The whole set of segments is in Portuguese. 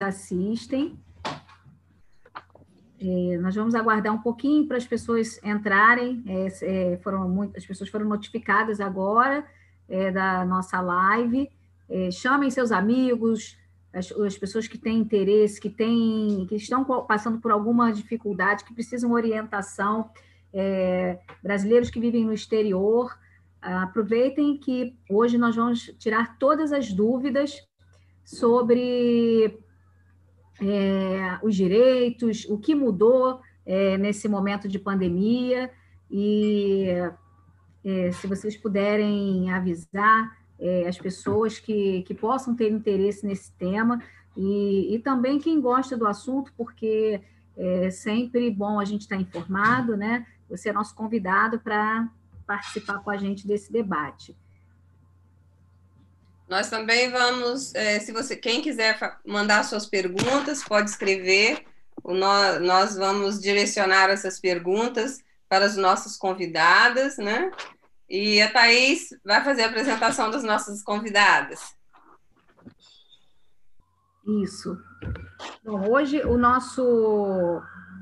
assistem. Nós vamos aguardar um pouquinho para as pessoas entrarem. As pessoas foram notificadas agora da nossa live. Chamem seus amigos, as pessoas que têm interesse, que estão passando por alguma dificuldade, que precisam orientação, brasileiros que vivem no exterior. Aproveitem que hoje nós vamos tirar todas as dúvidas sobre os direitos, o que mudou nesse momento de pandemia, e se vocês puderem avisar as pessoas que possam ter interesse nesse tema, e também quem gosta do assunto, porque é sempre bom a gente estar informado, né? Você é nosso convidado para participar com a gente desse debate. Nós também vamos, quem quiser mandar suas perguntas, pode escrever. Nós vamos direcionar essas perguntas para as nossas convidadas, né? E a Thaís vai fazer a apresentação das nossas convidadas. Isso. Bom, hoje o nosso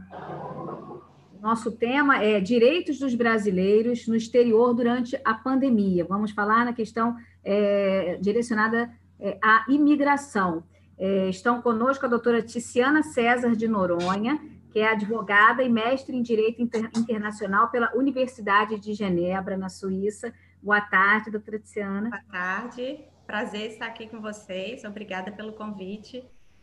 tema é direitos dos brasileiros no exterior durante a pandemia. Vamos falar na questão direcionada à imigração. Estão conosco a doutora Ticiana César de Noronha, que é advogada e mestre em Direito Internacional pela Universidade de Genebra, na Suíça. Boa tarde, doutora Ticiana. Boa tarde, prazer estar aqui com vocês, obrigada pelo convite.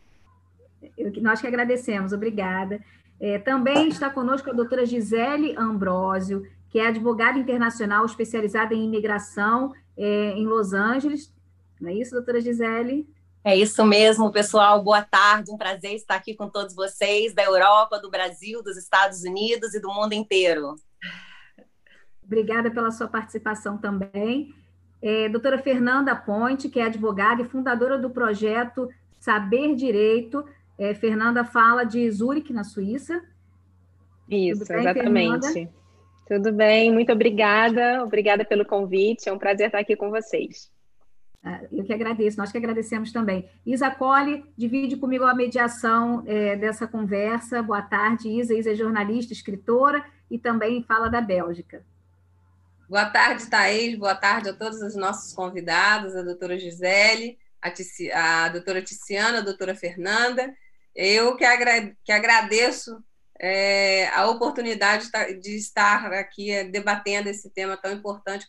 Nós que agradecemos, obrigada. Também está conosco a doutora Gisele Ambrósio, que é advogada internacional especializada em imigração em Los Angeles. Não é isso, doutora Gisele? É isso mesmo, pessoal. Boa tarde, um prazer estar aqui com todos vocês, da Europa, do Brasil, dos Estados Unidos e do mundo inteiro. Obrigada pela sua participação também. Doutora Fernanda Ponte, que é advogada e fundadora do projeto Saber Direito. Fernanda fala de Zurique, na Suíça. Isso, bem, exatamente. Fernanda? Tudo bem, muito obrigada. Obrigada pelo convite, é um prazer estar aqui com vocês. Eu que agradeço, nós que agradecemos também. Isa Colli divide comigo a mediação dessa conversa. Boa tarde, Isa. Isa é jornalista, escritora e também fala da Bélgica. Boa tarde, Thaís. Boa tarde a todos os nossos convidados, a doutora Gisele, a doutora Ticiana, a doutora Fernanda. Eu que agradeço a oportunidade de estar aqui debatendo esse tema tão importante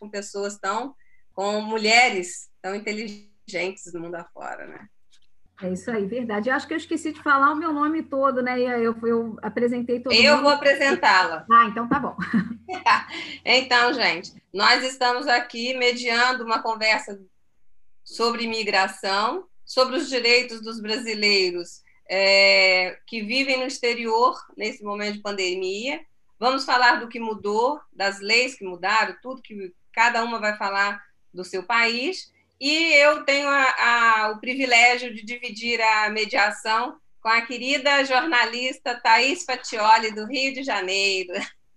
com mulheres tão inteligentes do mundo afora, né? É isso aí, verdade. Eu acho que eu esqueci de falar o meu nome todo, né? Eu apresentei todo mundo. Eu vou apresentá-la. Então tá bom. Então, gente, nós estamos aqui mediando uma conversa sobre imigração, sobre os direitos dos brasileiros que vivem no exterior nesse momento de pandemia. Vamos falar do que mudou, das leis que mudaram, tudo que cada uma vai falar do seu país. E eu tenho o privilégio de dividir a mediação com a querida jornalista Thaís Fatioli, do Rio de Janeiro.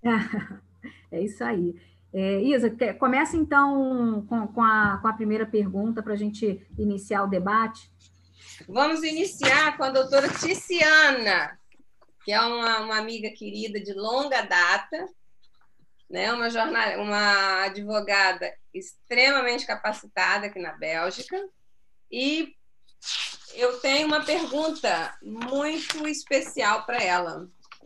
É isso aí. Isa, começa então com a primeira pergunta para a gente iniciar o debate. Vamos iniciar com a doutora Ticiana, que é uma amiga querida de longa data, né? Uma advogada extremamente capacitada aqui na Bélgica. E eu tenho uma pergunta muito especial para ela.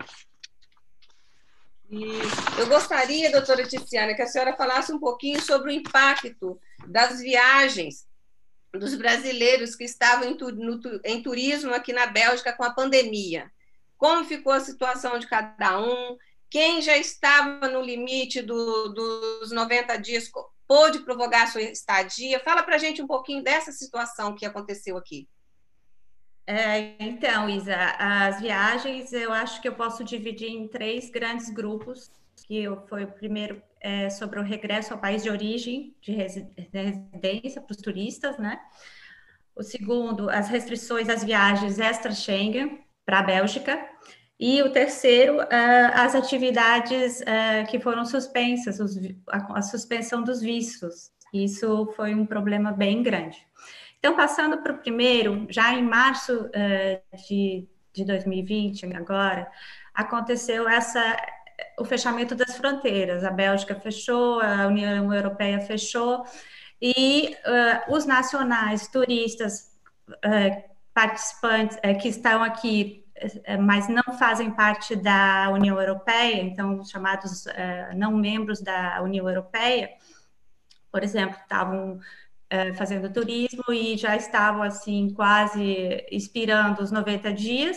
E eu gostaria, doutora Ticiana, que a senhora falasse um pouquinho sobre o impacto das viagens dos brasileiros que estavam em turismo aqui na Bélgica com a pandemia. Como ficou a situação de cada um? Quem já estava no limite dos 90 dias pôde prorrogar a sua estadia? Fala para a gente um pouquinho dessa situação que aconteceu aqui. Então, Isa, as viagens eu acho que eu posso dividir em 3 grandes grupos, que foi o primeiro sobre o regresso ao país de origem, de residência para os turistas, né? O segundo, as restrições às viagens extra-Schengen para a Bélgica. E o terceiro, as atividades que foram suspensas, a suspensão dos vistos. Isso foi um problema bem grande. Então, passando para o primeiro, já em março de 2020, agora, aconteceu o fechamento das fronteiras. A Bélgica fechou, a União Europeia fechou, e os nacionais, turistas, participantes que estão aqui, mas não fazem parte da União Europeia, então, chamados não membros da União Europeia, por exemplo, estavam fazendo turismo e já estavam, assim, quase expirando os 90 dias,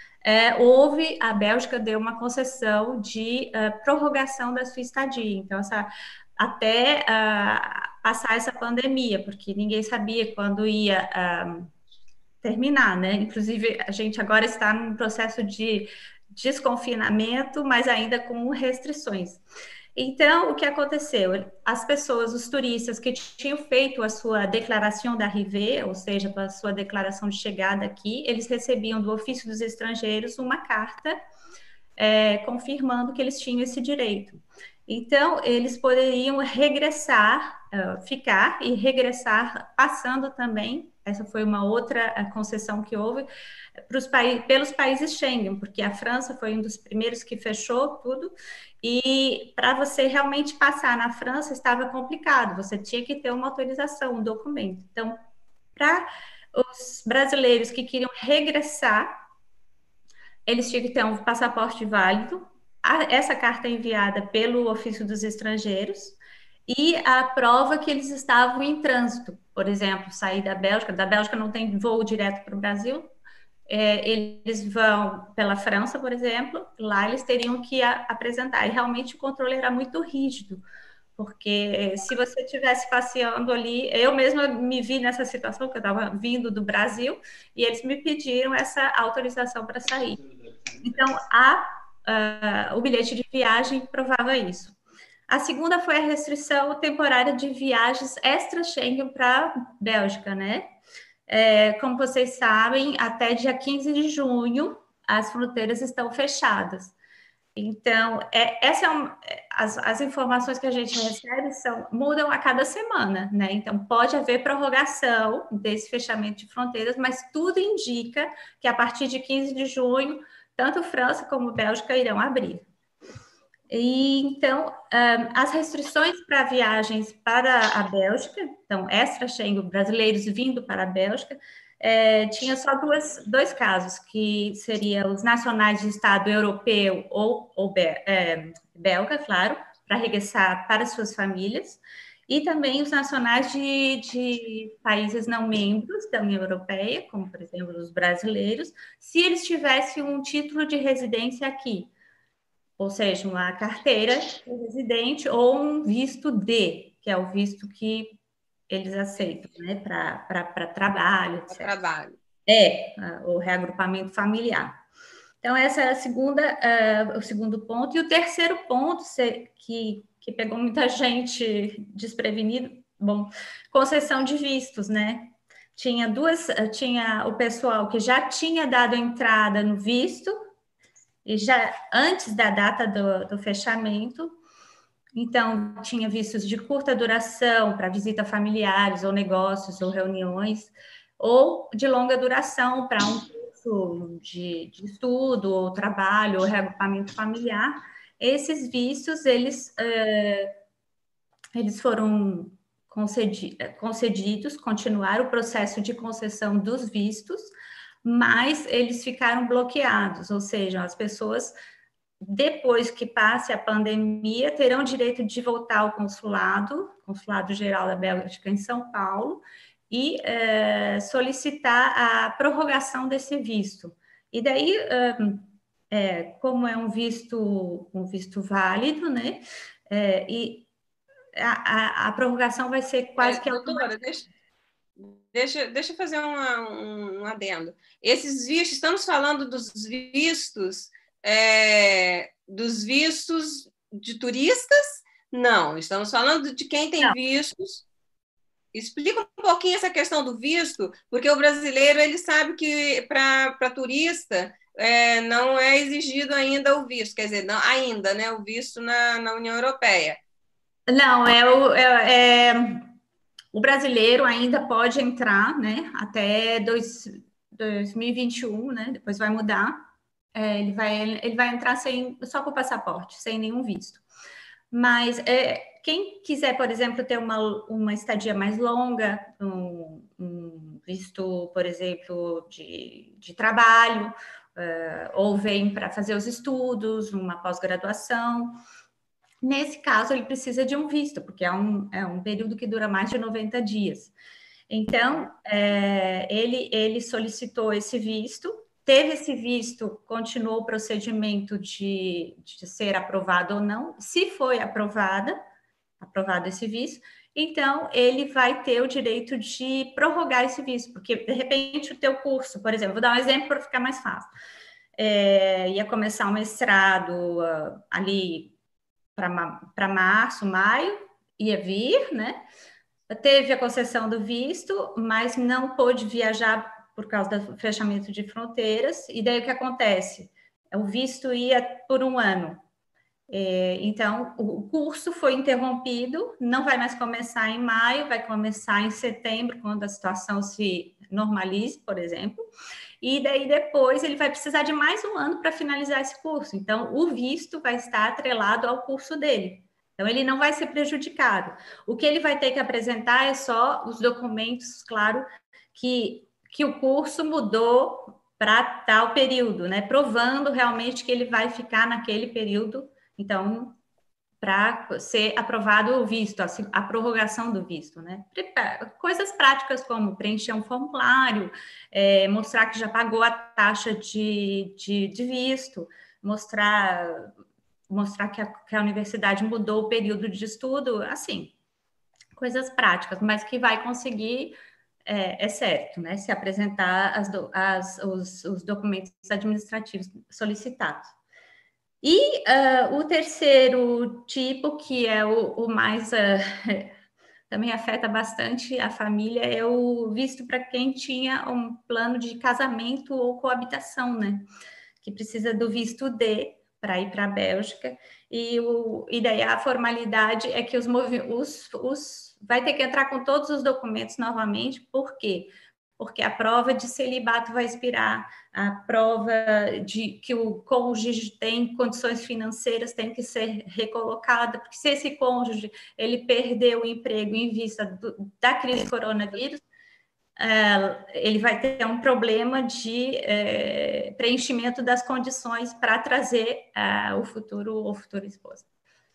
a Bélgica deu uma concessão de prorrogação da sua estadia. Então, até passar essa pandemia, porque ninguém sabia quando ia terminar, né? Inclusive, a gente agora está num processo de desconfinamento, mas ainda com restrições. Então, o que aconteceu? As pessoas, os turistas que tinham feito a sua declaração da arrivée, ou seja, a sua declaração de chegada aqui, eles recebiam do Ofício dos Estrangeiros uma carta confirmando que eles tinham esse direito. Então, eles poderiam regressar, ficar e regressar, passando também, essa foi uma outra concessão que houve, pelos países Schengen, porque a França foi um dos primeiros que fechou tudo, e para você realmente passar na França estava complicado, você tinha que ter uma autorização, um documento. Então, para os brasileiros que queriam regressar, eles tinham que ter um passaporte válido, essa carta é enviada pelo Ofício dos Estrangeiros, e a prova que eles estavam em trânsito, por exemplo, sair da Bélgica não tem voo direto para o Brasil, eles vão pela França, por exemplo, lá eles teriam que apresentar, e realmente o controle era muito rígido, porque se você estivesse passeando ali, eu mesma me vi nessa situação, que eu estava vindo do Brasil, e eles me pediram essa autorização para sair. Então, o bilhete de viagem provava isso. A segunda foi a restrição temporária de viagens extra-Schengen para a Bélgica, né? Como vocês sabem, até dia 15 de junho, as fronteiras estão fechadas. Então, as informações que a gente recebe mudam a cada semana, né? Então, pode haver prorrogação desse fechamento de fronteiras, mas tudo indica que a partir de 15 de junho, tanto França como Bélgica irão abrir. E, então, as restrições para viagens para a Bélgica, então, extra-Schengen, brasileiros vindo para a Bélgica, tinha só dois casos, que seriam os nacionais de Estado europeu ou belga, claro, para regressar para suas famílias, e também os nacionais de países não membros da União Europeia, como, por exemplo, os brasileiros, se eles tivessem um título de residência aqui, ou seja, uma carteira de residente ou um visto D, que é o visto que eles aceitam, né, para trabalho, etc. Trabalho. O reagrupamento familiar. Então, essa é o segundo ponto. E o terceiro ponto, que pegou muita gente desprevenida, concessão de vistos, né? Tinha o pessoal que já tinha dado entrada no visto, e já antes da data do fechamento. Então, tinha vistos de curta duração para visita a familiares, ou negócios, ou reuniões, ou de longa duração para um curso de estudo, ou trabalho, ou reagrupamento familiar. Esses vistos, eles foram concedidos, continuaram o processo de concessão dos vistos, mas eles ficaram bloqueados, ou seja, as pessoas, depois que passe a pandemia, terão direito de voltar ao consulado geral da Bélgica em São Paulo, e solicitar a prorrogação desse visto. E daí, como é um visto válido, né, e a prorrogação vai ser quase que doutora, deixa eu fazer um adendo. Esses vistos, estamos falando dos vistos de turistas? Não, estamos falando de quem tem vistos. Explica um pouquinho essa questão do visto, porque o brasileiro ele sabe que para turista não é exigido ainda o visto, quer dizer, não, ainda, né, o visto na União Europeia. Não, O brasileiro ainda pode entrar, né, até 2021, né, depois vai mudar. Ele vai entrar só com o passaporte, sem nenhum visto. Mas quem quiser, por exemplo, ter uma estadia mais longa, um visto, por exemplo, de trabalho, ou vem para fazer os estudos, uma pós-graduação, nesse caso ele precisa de um visto, porque é um período que dura mais de 90 dias. Então, ele solicitou esse visto, teve esse visto, continuou o procedimento de ser aprovado ou não. Se foi aprovado esse visto, então ele vai ter o direito de prorrogar esse visto, porque de repente o teu curso, por exemplo, vou dar um exemplo para ficar mais fácil, ia começar um mestrado ali para março, maio, ia vir, né? Teve a concessão do visto, mas não pôde viajar por causa do fechamento de fronteiras, e daí o que acontece? O visto ia por 1 ano. Então, o curso foi interrompido, não vai mais começar em maio, vai começar em setembro, quando a situação se normalize, por exemplo, e daí depois ele vai precisar de mais 1 ano para finalizar esse curso. Então, o visto vai estar atrelado ao curso dele. Então, ele não vai ser prejudicado. O que ele vai ter que apresentar é só os documentos, claro, que o curso mudou para tal período, né? Provando realmente que ele vai ficar naquele período. Então, para ser aprovado o visto, a prorrogação do visto, né? Coisas práticas como preencher um formulário, mostrar que já pagou a taxa de visto, mostrar que a universidade mudou o período de estudo, assim, coisas práticas, mas que vai conseguir, certo, né? Se apresentar os documentos administrativos solicitados. E o terceiro tipo, que é o mais também afeta bastante a família, é o visto para quem tinha um plano de casamento ou coabitação, né? Que precisa do visto D para ir para a Bélgica, e daí a formalidade é que vai ter que entrar com todos os documentos novamente. Por quê? Porque a prova de celibato vai expirar, a prova de que o cônjuge tem condições financeiras tem que ser recolocada, porque se esse cônjuge ele perdeu o emprego em vista da crise do coronavírus, ele vai ter um problema de preenchimento das condições para trazer o futuro esposo.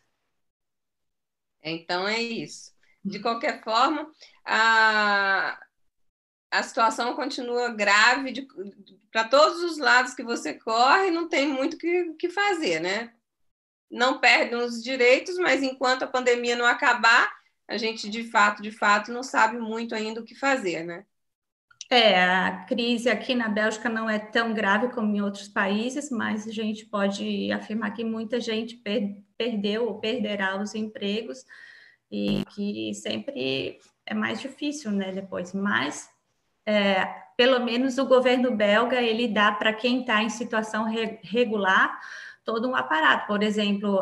Então, é isso. De qualquer forma, a situação continua grave para todos os lados que você corre, não tem muito o que fazer, né? Não perdem os direitos, mas enquanto a pandemia não acabar, a gente, de fato, não sabe muito ainda o que fazer, né? A crise aqui na Bélgica não é tão grave como em outros países, mas a gente pode afirmar que muita gente perdeu ou perderá os empregos, e que sempre é mais difícil, né, depois. Mas, pelo menos o governo belga, ele dá para quem está em situação regular todo um aparato. Por exemplo,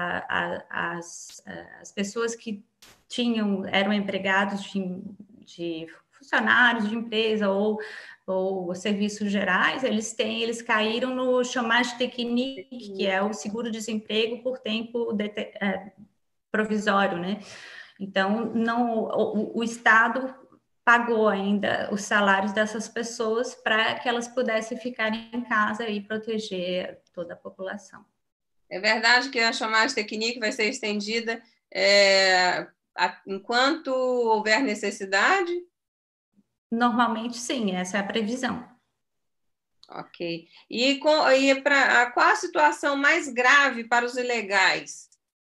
as pessoas que eram empregados de funcionários de empresa ou serviços gerais, eles caíram no chômage technique, que é o seguro-desemprego por tempo provisório, né? Então, o Estado pagou ainda os salários dessas pessoas para que elas pudessem ficar em casa e proteger toda a população. É verdade que a chômage technique vai ser estendida enquanto houver necessidade? Normalmente, sim, essa é a previsão. Ok. E qual a situação mais grave para os ilegais?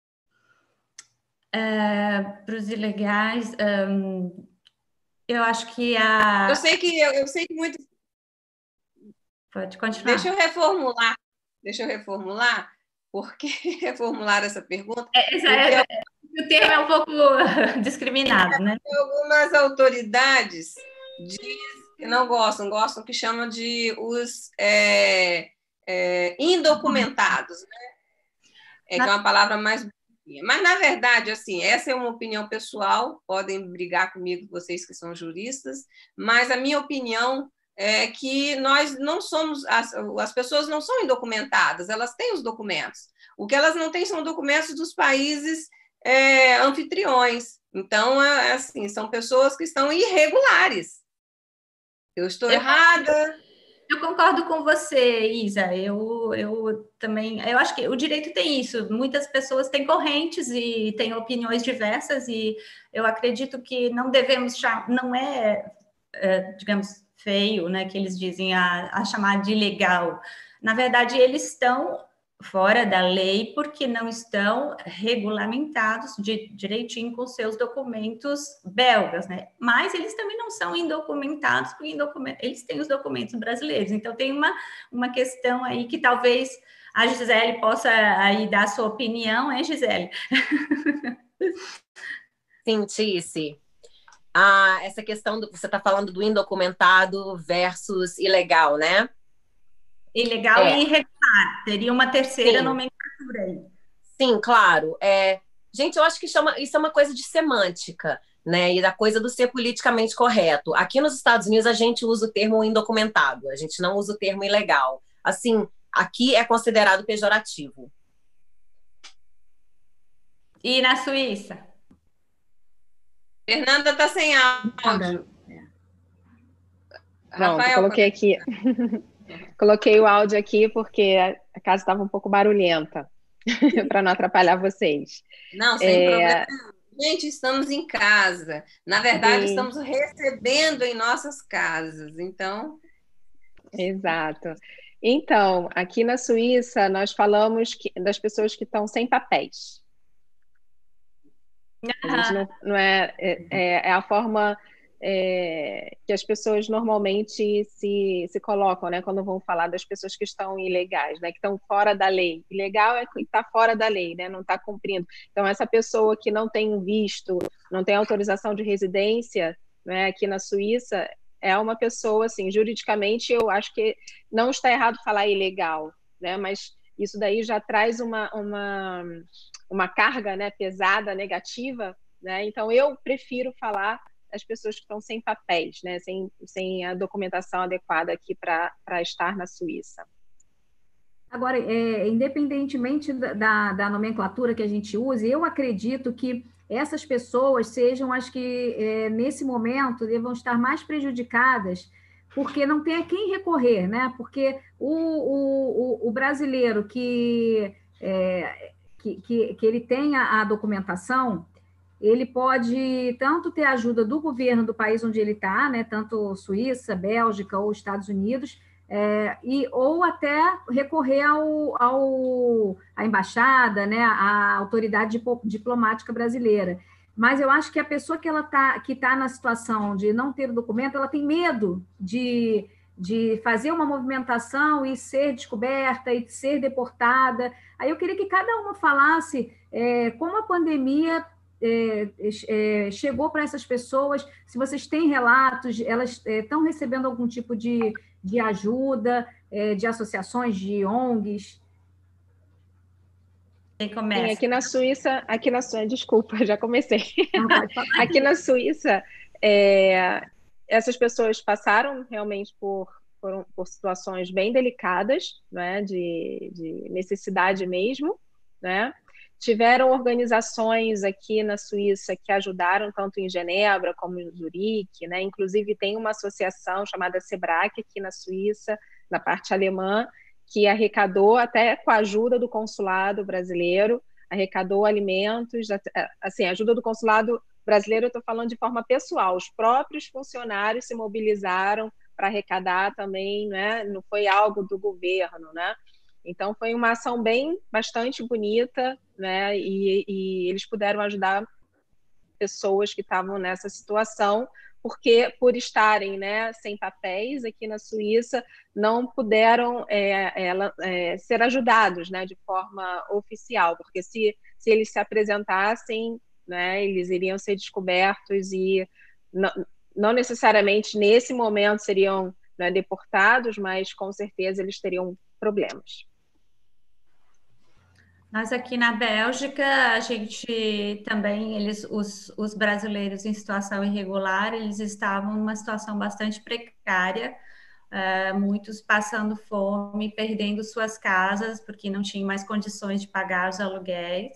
Para os ilegais, eu acho que Eu sei que muitos... Pode continuar. Deixa eu reformular, porque reformular essa pergunta. O termo é um pouco discriminado, né? Algumas autoridades dizem que não gostam que chamam de os indocumentados, né? Que é uma palavra mais Mas, na verdade, assim, essa é uma opinião pessoal, podem brigar comigo, vocês que são juristas, mas a minha opinião é que nós não somos, as pessoas não são indocumentadas, elas têm os documentos. O que elas não têm são documentos dos países anfitriões. Então, assim, são pessoas que estão irregulares. Eu estou errada? Eu concordo com você, Isa. Eu também. Eu acho que o direito tem isso. Muitas pessoas têm correntes e têm opiniões diversas, e eu acredito que não devemos chamar, não digamos, feio, né, que eles dizem a chamar de ilegal. Na verdade, eles estão fora da lei porque não estão regulamentados direitinho com seus documentos belgas, né? Mas eles também não são indocumentados porque eles têm os documentos brasileiros. Então tem uma questão aí que talvez a Gisele possa aí dar a sua opinião, hein, Gisele? Sim, Tice. Essa questão você está falando do indocumentado versus ilegal, né? Ilegal e irregular. Teria uma terceira nomenclatura aí. Sim, claro. Gente, eu acho que isso é uma coisa de semântica, né? E da coisa do ser politicamente correto. Aqui nos Estados Unidos, a gente usa o termo indocumentado, a gente não usa o termo ilegal. Assim, aqui é considerado pejorativo. E na Suíça? Fernanda está sem áudio. Rafael, coloquei aqui. Coloquei o áudio aqui porque a casa estava um pouco barulhenta, para não atrapalhar vocês. Não, sem problema. Gente, estamos em casa. Na verdade, estamos recebendo em nossas casas. Então. Exato. Então, aqui na Suíça, nós falamos das pessoas que estão sem papéis. A gente não é a forma que as pessoas normalmente se colocam, né, quando vão falar das pessoas que estão ilegais, né, que estão fora da lei. Ilegal é que está fora da lei, né, não está cumprindo. Então, essa pessoa que não tem um visto, não tem autorização de residência, né, aqui na Suíça, é uma pessoa, assim, juridicamente, eu acho que não está errado falar ilegal, né, mas isso daí já traz uma carga, né, pesada, negativa, né, então eu prefiro falar as pessoas que estão sem papéis, né, sem a documentação adequada aqui para estar na Suíça. Agora, independentemente da nomenclatura que a gente use, eu acredito que essas pessoas sejam as que, nesse momento, devam estar mais prejudicadas, porque não tem a quem recorrer, né? Porque o brasileiro que ele tenha a documentação, ele pode tanto ter a ajuda do governo do país onde ele está, né, tanto Suíça, Bélgica ou Estados Unidos, ou até recorrer à embaixada, né, à autoridade diplomática brasileira. Mas eu acho que a pessoa que tá na situação de não ter o documento, ela tem medo de fazer uma movimentação e ser descoberta e ser deportada. Aí eu queria que cada uma falasse como a pandemia chegou para essas pessoas, se vocês têm relatos, elas estão recebendo algum tipo de ajuda, de associações, de ONGs? Quem começa? Sim, aqui na Suíça, desculpa, já comecei. Aqui na Suíça, essas pessoas passaram realmente por situações bem delicadas, né, de necessidade mesmo, né? Tiveram organizações aqui na Suíça que ajudaram tanto em Genebra como em Zurique, né? Inclusive tem uma associação chamada SEBRAC aqui na Suíça, na parte alemã, que arrecadou, até com a ajuda do consulado brasileiro, arrecadou alimentos, assim, a ajuda do consulado brasileiro eu estou falando de forma pessoal, os próprios funcionários se mobilizaram para arrecadar também, né? Não foi algo do governo, né? Então, foi uma ação bastante bonita, né? E eles puderam ajudar pessoas que estavam nessa situação, porque por estarem, né, sem papéis aqui na Suíça, não puderam ser ajudados, né, de forma oficial, porque se eles se apresentassem, né, eles iriam ser descobertos e não necessariamente nesse momento seriam, né, deportados, mas com certeza eles teriam problemas. Nós aqui na Bélgica, a gente também, os brasileiros em situação irregular, eles estavam numa situação bastante precária, muitos passando fome, perdendo suas casas, porque não tinham mais condições de pagar os aluguéis.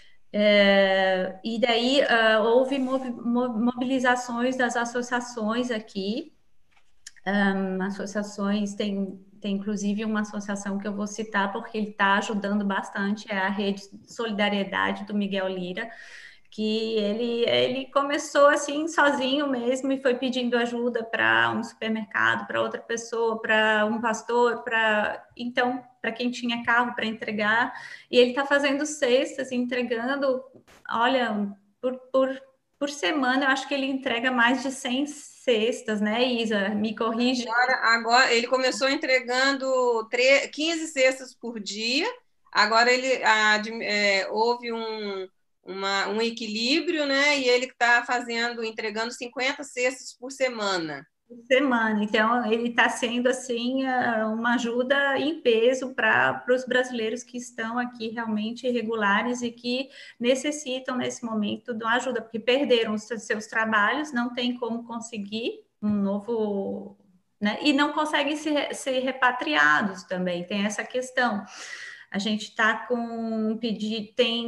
E daí houve mobilizações das associações aqui, associações, tem inclusive uma associação que eu vou citar porque ele está ajudando bastante, é a Rede de Solidariedade do Miguel Lira, que ele começou assim sozinho mesmo e foi pedindo ajuda para um supermercado, para outra pessoa, para um pastor, para quem tinha carro para entregar, e ele está fazendo cestas, entregando, olha, por semana, eu acho que ele entrega mais de 100 cestas, né, Isa? Me corrige. Agora ele começou entregando 15 cestas por dia, agora houve um equilíbrio, né? E ele está entregando 50 cestas por semana. Então ele está sendo assim uma ajuda em peso para os brasileiros que estão aqui realmente irregulares e que necessitam nesse momento de uma ajuda, porque perderam os seus trabalhos, não tem como conseguir um novo, né? E não conseguem ser repatriados também, tem essa questão. A gente está com um pedido, tem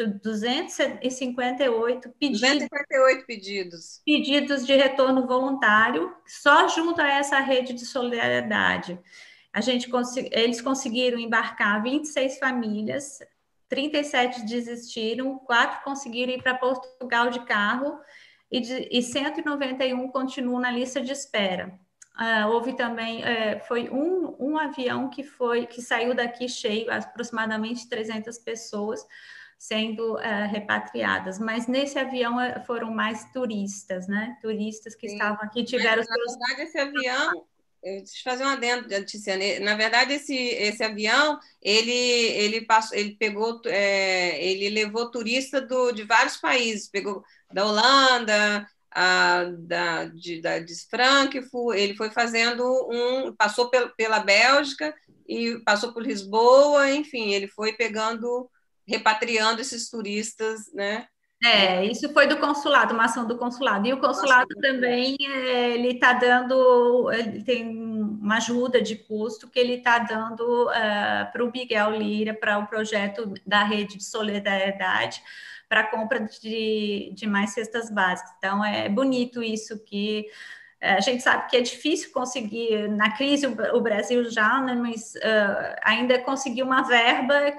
258 pedidos. Pedidos de retorno voluntário, só junto a essa rede de solidariedade. Eles conseguiram embarcar 26 famílias, 37 desistiram, 4 conseguiram ir para Portugal de carro e 191 continuam na lista de espera. Houve também, foi um avião que saiu daqui cheio, aproximadamente 300 pessoas sendo repatriadas, mas nesse avião foram mais turistas, né? Turistas que estavam aqui, tiveram... Na verdade, esse avião, deixa eu fazer um adendo, Tiziane, na verdade, esse avião, ele levou turista de vários países, pegou da Holanda, de Frankfurt, ele foi passou pela Bélgica e passou por Lisboa, enfim, ele foi repatriando esses turistas, né? Isso foi do consulado, uma ação do consulado. E o consulado também, ele tem uma ajuda de custo que ele está dando para o Miguel Lira, para o projeto da Rede de Solidariedade, para a compra de mais cestas básicas. Então, é bonito isso, que a gente sabe que é difícil conseguir, na crise o Brasil já, né, mas ainda conseguiram uma verba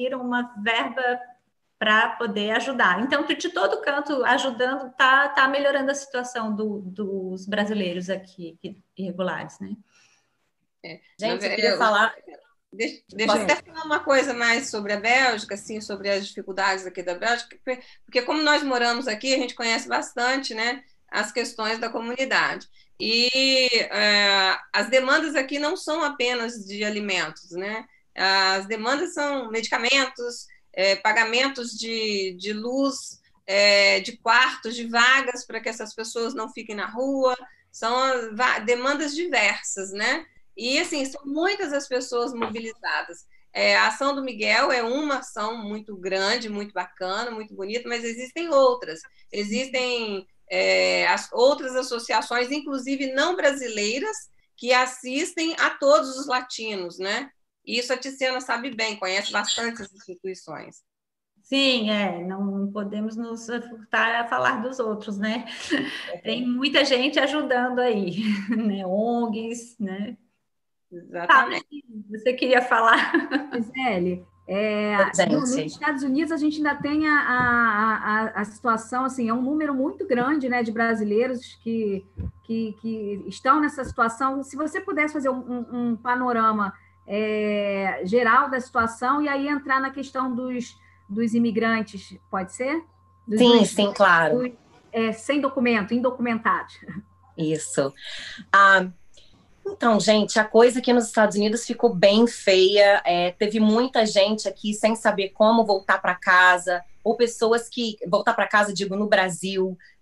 para poder ajudar. Então, de todo canto, ajudando, tá melhorando a situação dos brasileiros aqui irregulares, né? Gente, eu queria falar... Deixa eu até falar uma coisa mais sobre a Bélgica, assim, sobre as dificuldades aqui da Bélgica, porque como nós moramos aqui, a gente conhece bastante, né, as questões da comunidade. E as demandas aqui não são apenas de alimentos, né? As demandas são medicamentos, pagamentos de luz, de quartos, de vagas para que essas pessoas não fiquem na rua, são demandas diversas, né? E, assim, são muitas as pessoas mobilizadas. A ação do Miguel é uma ação muito grande, muito bacana, muito bonita, mas existem outras. Existem as outras associações, inclusive não brasileiras, que assistem a todos os latinos, né? E isso a Tiziana sabe bem, conhece bastante as instituições. Sim, não podemos nos furtar a falar dos outros, né? Tem muita gente ajudando aí, né? ONGs, né? Exatamente. Você queria falar? Gisele, nos Estados Unidos a gente ainda tem a situação, assim, é um número muito grande, né, de brasileiros que estão nessa situação. Se você pudesse fazer um panorama geral da situação e aí entrar na questão dos imigrantes, pode ser? Sim, claro. Sem documento, indocumentados. Isso. Então, gente, a coisa aqui nos Estados Unidos ficou bem feia. Teve muita gente aqui sem saber como voltar para casa, ou pessoas que voltar para casa, digo, no Brasil,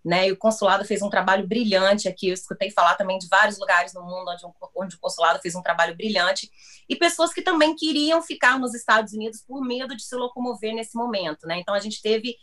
né? E o consulado fez um trabalho brilhante aqui. Eu escutei falar também de vários lugares no mundo onde o consulado fez um trabalho brilhante. E pessoas que também queriam ficar nos Estados Unidos por medo de se locomover nesse momento, né? Então, a gente teve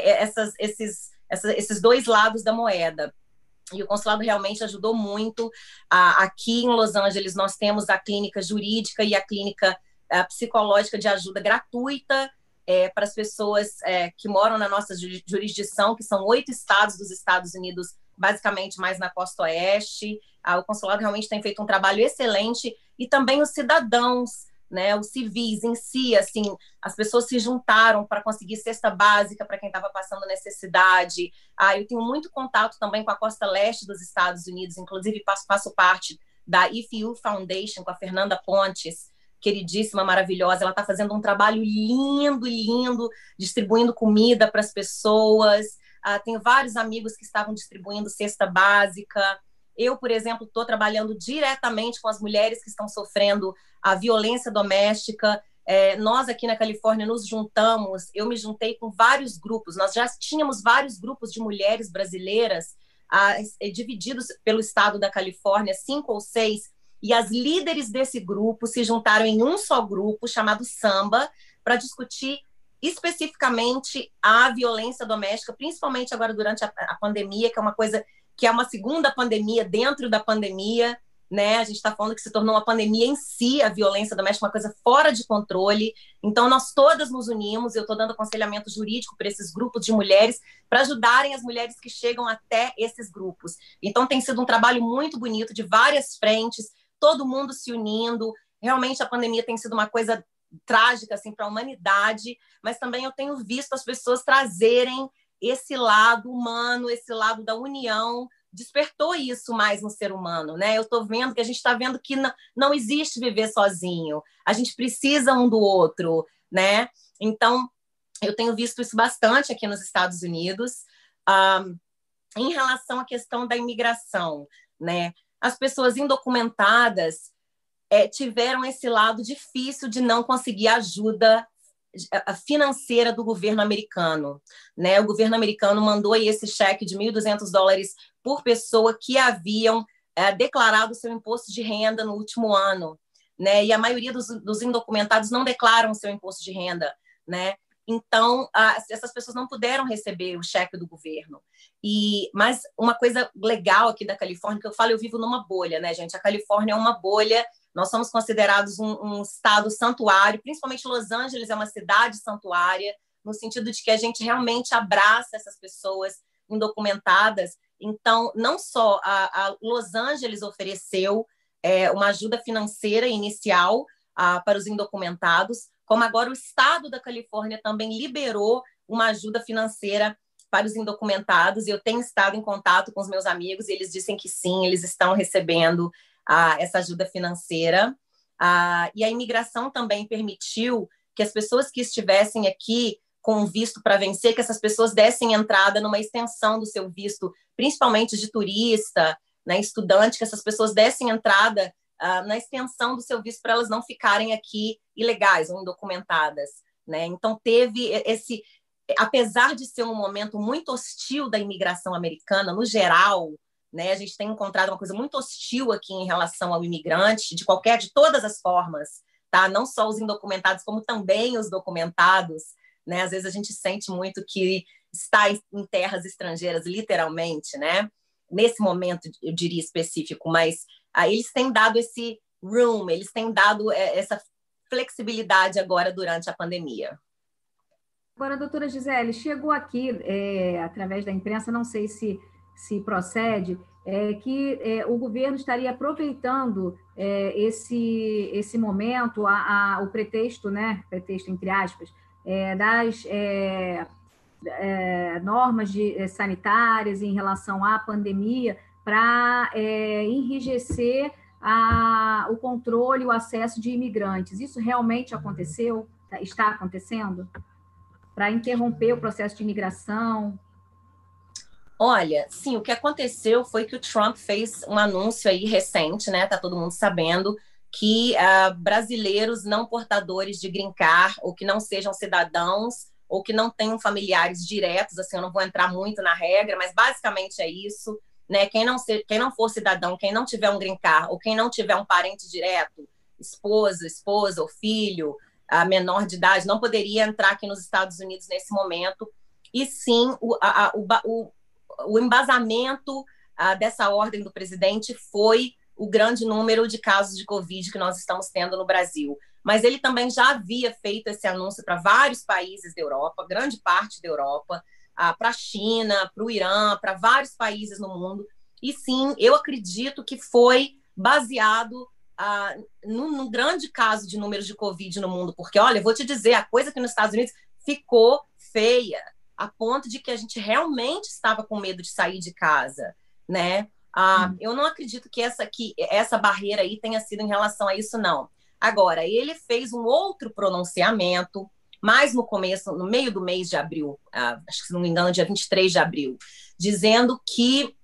esses dois lados da moeda. E o consulado realmente ajudou muito. Aqui em Los Angeles, nós temos a clínica jurídica e a clínica psicológica de ajuda gratuita para as pessoas que moram na nossa jurisdição, que são 8 estados dos Estados Unidos, basicamente mais na costa oeste. O consulado realmente tem feito um trabalho excelente, e também os cidadãos, né, os civis em si, assim, as pessoas se juntaram para conseguir cesta básica para quem estava passando necessidade. Eu tenho muito contato também com a costa leste dos Estados Unidos, inclusive faço parte da If You Foundation com a Fernanda Pontes, queridíssima, maravilhosa. Ela está fazendo um trabalho lindo, lindo, distribuindo comida para as pessoas. Tenho vários amigos que estavam distribuindo cesta básica. Eu, por exemplo, estou trabalhando diretamente com as mulheres que estão sofrendo a violência doméstica. Nós aqui na Califórnia nos juntamos, eu me juntei com vários grupos, nós já tínhamos vários grupos de mulheres brasileiras divididos pelo estado da Califórnia, 5 ou 6, e as líderes desse grupo se juntaram em um só grupo, chamado Samba, para discutir especificamente a violência doméstica, principalmente agora durante a pandemia, que é uma coisa que é uma segunda pandemia dentro da pandemia, né? A gente está falando que se tornou uma pandemia em si, a violência doméstica, uma coisa fora de controle. Então, nós todas nos unimos. Eu estou dando aconselhamento jurídico para esses grupos de mulheres, para ajudarem as mulheres que chegam até esses grupos. Então, tem sido um trabalho muito bonito, de várias frentes, todo mundo se unindo. Realmente, a pandemia tem sido uma coisa trágica assim, para a humanidade, mas também eu tenho visto as pessoas trazerem esse lado humano, esse lado da união. Despertou isso mais no ser humano, né? Eu estou vendo que a gente está vendo que não existe viver sozinho. A gente precisa um do outro, né? Então, eu tenho visto isso bastante aqui nos Estados Unidos. Em relação à questão da imigração, né? As pessoas indocumentadas tiveram esse lado difícil de não conseguir ajuda financeira do governo americano, né? O governo americano mandou aí esse cheque de $1.200 por pessoa que haviam declarado seu imposto de renda no último ano, né? E a maioria dos indocumentados não declaram seu imposto de renda, né? Então, essas pessoas não puderam receber o cheque do governo. Mas uma coisa legal aqui da Califórnia, que eu falo, eu vivo numa bolha, né, gente? A Califórnia é uma bolha. Nós somos considerados um estado santuário, principalmente Los Angeles é uma cidade santuária, no sentido de que a gente realmente abraça essas pessoas indocumentadas. Então, não só a Los Angeles ofereceu uma ajuda financeira inicial para os indocumentados, como agora o estado da Califórnia também liberou uma ajuda financeira para os indocumentados, e eu tenho estado em contato com os meus amigos, e eles dizem que sim, eles estão recebendo essa ajuda financeira. E a imigração também permitiu que as pessoas que estivessem aqui com visto para vencer, que essas pessoas dessem entrada numa extensão do seu visto, principalmente de turista, né, estudante, que essas pessoas dessem entrada na extensão do seu visto para elas não ficarem aqui ilegais ou indocumentadas, né? Então teve apesar de ser um momento muito hostil da imigração americana no geral, né, a gente tem encontrado uma coisa muito hostil aqui em relação ao imigrante, de todas as formas, tá? Não só os indocumentados, como também os documentados, né? Às vezes a gente sente muito que está em terras estrangeiras, literalmente, né? Nesse momento, eu diria específico, mas eles têm dado esse room, eles têm dado essa flexibilidade agora durante a pandemia. Agora, doutora Gisele, chegou aqui, através da imprensa, não sei se procede, que o governo estaria aproveitando esse momento, o pretexto, né, pretexto entre aspas, das normas sanitárias em relação à pandemia para enrijecer o controle, o acesso de imigrantes. Isso realmente aconteceu? Está acontecendo? Para interromper o processo de imigração? Olha, sim, o que aconteceu foi que o Trump fez um anúncio aí recente, né? Tá todo mundo sabendo que brasileiros não portadores de green card ou que não sejam cidadãos ou que não tenham familiares diretos, assim, eu não vou entrar muito na regra, mas basicamente é isso, né? Quem não for cidadão, quem não tiver um green card, ou quem não tiver um parente direto, esposa ou filho, a menor de idade, não poderia entrar aqui nos Estados Unidos nesse momento. E sim, o embasamento dessa ordem do presidente foi o grande número de casos de Covid que nós estamos tendo no Brasil. Mas ele também já havia feito esse anúncio para vários países da Europa, grande parte da Europa, para a China, para o Irã, para vários países no mundo. E sim, eu acredito que foi baseado num grande caso de números de Covid no mundo, porque, olha, eu vou te dizer, a coisa aqui nos Estados Unidos ficou feia, a ponto de que a gente realmente estava com medo de sair de casa, né? Eu não acredito que essa barreira aí tenha sido em relação a isso, não. Agora, ele fez um outro pronunciamento, mais no começo, no meio do mês de abril, acho que, se não me engano, dia 23 de abril, dizendo que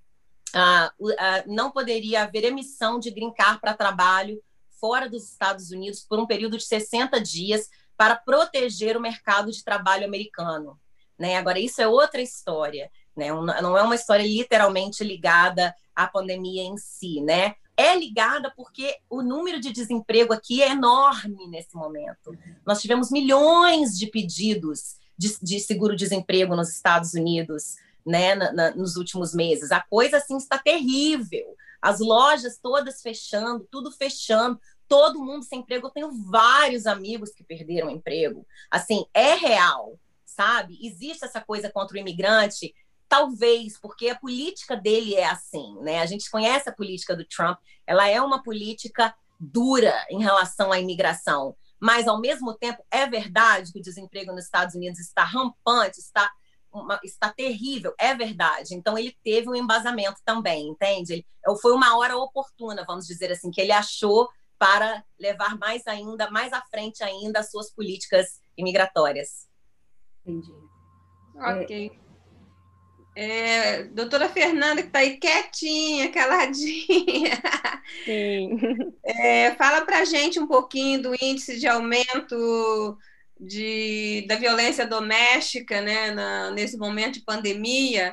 não poderia haver emissão de green card para trabalho fora dos Estados Unidos por um período de 60 dias para proteger o mercado de trabalho americano. Né? Agora, isso é outra história, né? Não é uma história literalmente ligada à pandemia em si, né? É ligada porque o número de desemprego aqui é enorme nesse momento. Nós tivemos milhões de pedidos de seguro-desemprego nos Estados Unidos, né, nos últimos meses. A coisa assim está terrível. As lojas todas fechando, tudo fechando, todo mundo sem emprego. Eu tenho vários amigos que perderam emprego. Assim, é real, sabe? Existe essa coisa contra o imigrante, talvez porque a política dele é assim, né? A gente conhece a política do Trump, ela é uma política dura em relação à imigração, mas, ao mesmo tempo, é verdade que o desemprego nos Estados Unidos está rampante, está terrível, é verdade. Então, ele teve um embasamento também, entende? Foi uma hora oportuna, vamos dizer assim, que ele achou para levar mais à frente ainda as suas políticas imigratórias. Entendi. Ok. Doutora Fernanda, que está aí quietinha, caladinha. Sim. Fala para a gente um pouquinho do índice de aumento da violência doméstica, né, nesse momento de pandemia.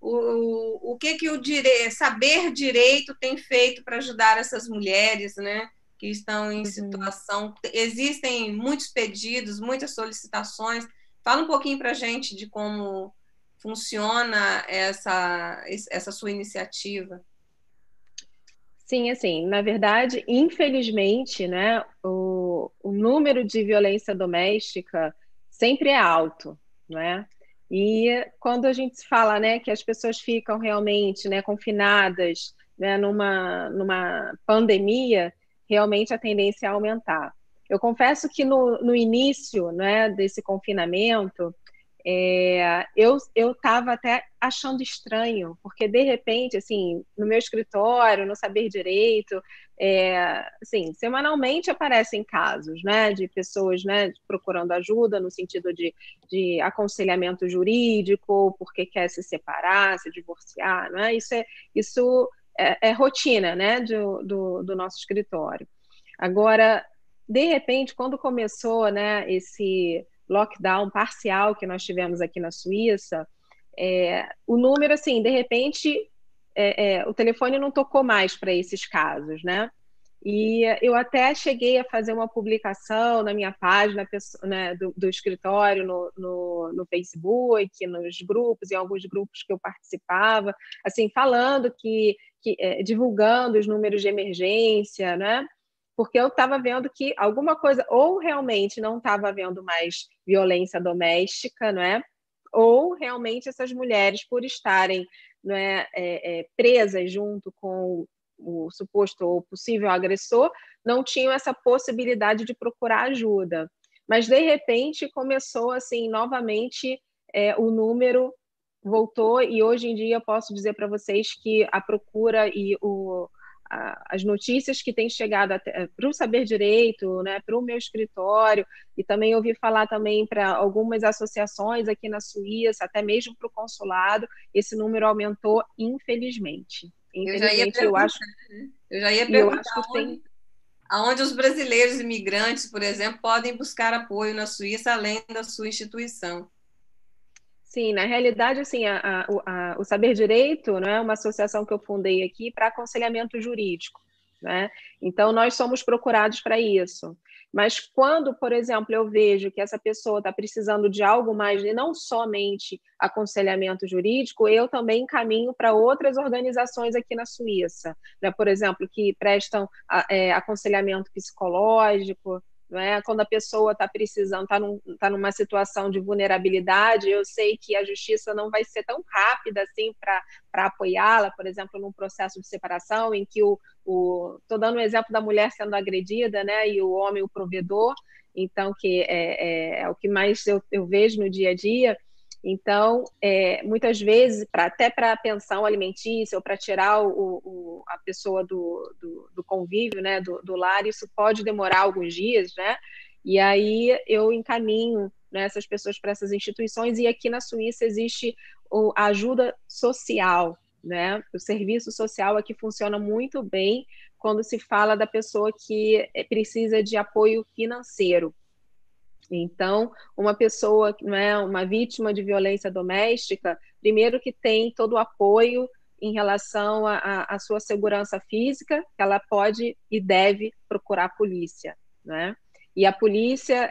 O que o saber direito tem feito para ajudar essas mulheres, né, que estão em situação... Existem muitos pedidos, muitas solicitações. Fala um pouquinho para a gente de como funciona essa sua iniciativa. Sim, assim, na verdade, infelizmente, né, o número de violência doméstica sempre é alto, né? E quando a gente fala, né, que as pessoas ficam realmente, né, confinadas, né, numa pandemia, realmente a tendência é aumentar. Eu confesso que no início, né, desse confinamento, eu estava até achando estranho, porque, de repente, assim, no meu escritório, no Saber Direito, assim, semanalmente aparecem casos, né, de pessoas, né, procurando ajuda no sentido de aconselhamento jurídico, porque quer se separar, se divorciar, né? Isso é rotina, né, do nosso escritório. Agora, de repente, quando começou, né, esse lockdown parcial que nós tivemos aqui na Suíça, o número, assim, de repente, o telefone não tocou mais para esses casos, né? E eu até cheguei a fazer uma publicação na minha página, né, do escritório no Facebook, nos grupos, em alguns grupos que eu participava, assim, falando divulgando os números de emergência, né? Porque eu estava vendo que alguma coisa, ou realmente não estava havendo mais violência doméstica, não é? Ou realmente essas mulheres, por estarem, não é, presas junto com o suposto ou possível agressor, não tinham essa possibilidade de procurar ajuda. Mas, de repente, começou, assim, novamente, o número voltou, e hoje em dia eu posso dizer para vocês que a procura e as notícias que têm chegado para o Saber Direito, né, para o meu escritório, e também ouvi falar também para algumas associações aqui na Suíça, até mesmo para o consulado, esse número aumentou, infelizmente. Infelizmente, eu já ia perguntar aonde os brasileiros imigrantes, por exemplo, podem buscar apoio na Suíça, além da sua instituição. Sim, na realidade, assim, o Saber Direito, né, é uma associação que eu fundei aqui para aconselhamento jurídico, né? Então, nós somos procurados para isso. Mas quando, por exemplo, eu vejo que essa pessoa está precisando de algo mais, e não somente aconselhamento jurídico, eu também encaminho para outras organizações aqui na Suíça, né? Por exemplo, que prestam aconselhamento psicológico, não é? Quando a pessoa está precisando, está numa situação de vulnerabilidade, eu sei que a justiça não vai ser tão rápida assim para apoiá-la, por exemplo, num processo de separação em que estou dando um exemplo da mulher sendo agredida, né, e o homem o provedor, então que é o que mais eu vejo no dia a dia. Então, muitas vezes, até para a pensão alimentícia ou para tirar a pessoa do convívio, né, do lar, isso pode demorar alguns dias, né? E aí eu encaminho, né, essas pessoas para essas instituições, e aqui na Suíça existe a ajuda social, né? O serviço social aqui funciona muito bem quando se fala da pessoa que precisa de apoio financeiro. Então, uma pessoa, né, uma vítima de violência doméstica, primeiro que tem todo o apoio em relação à sua segurança física, que ela pode e deve procurar a polícia, né? E a polícia,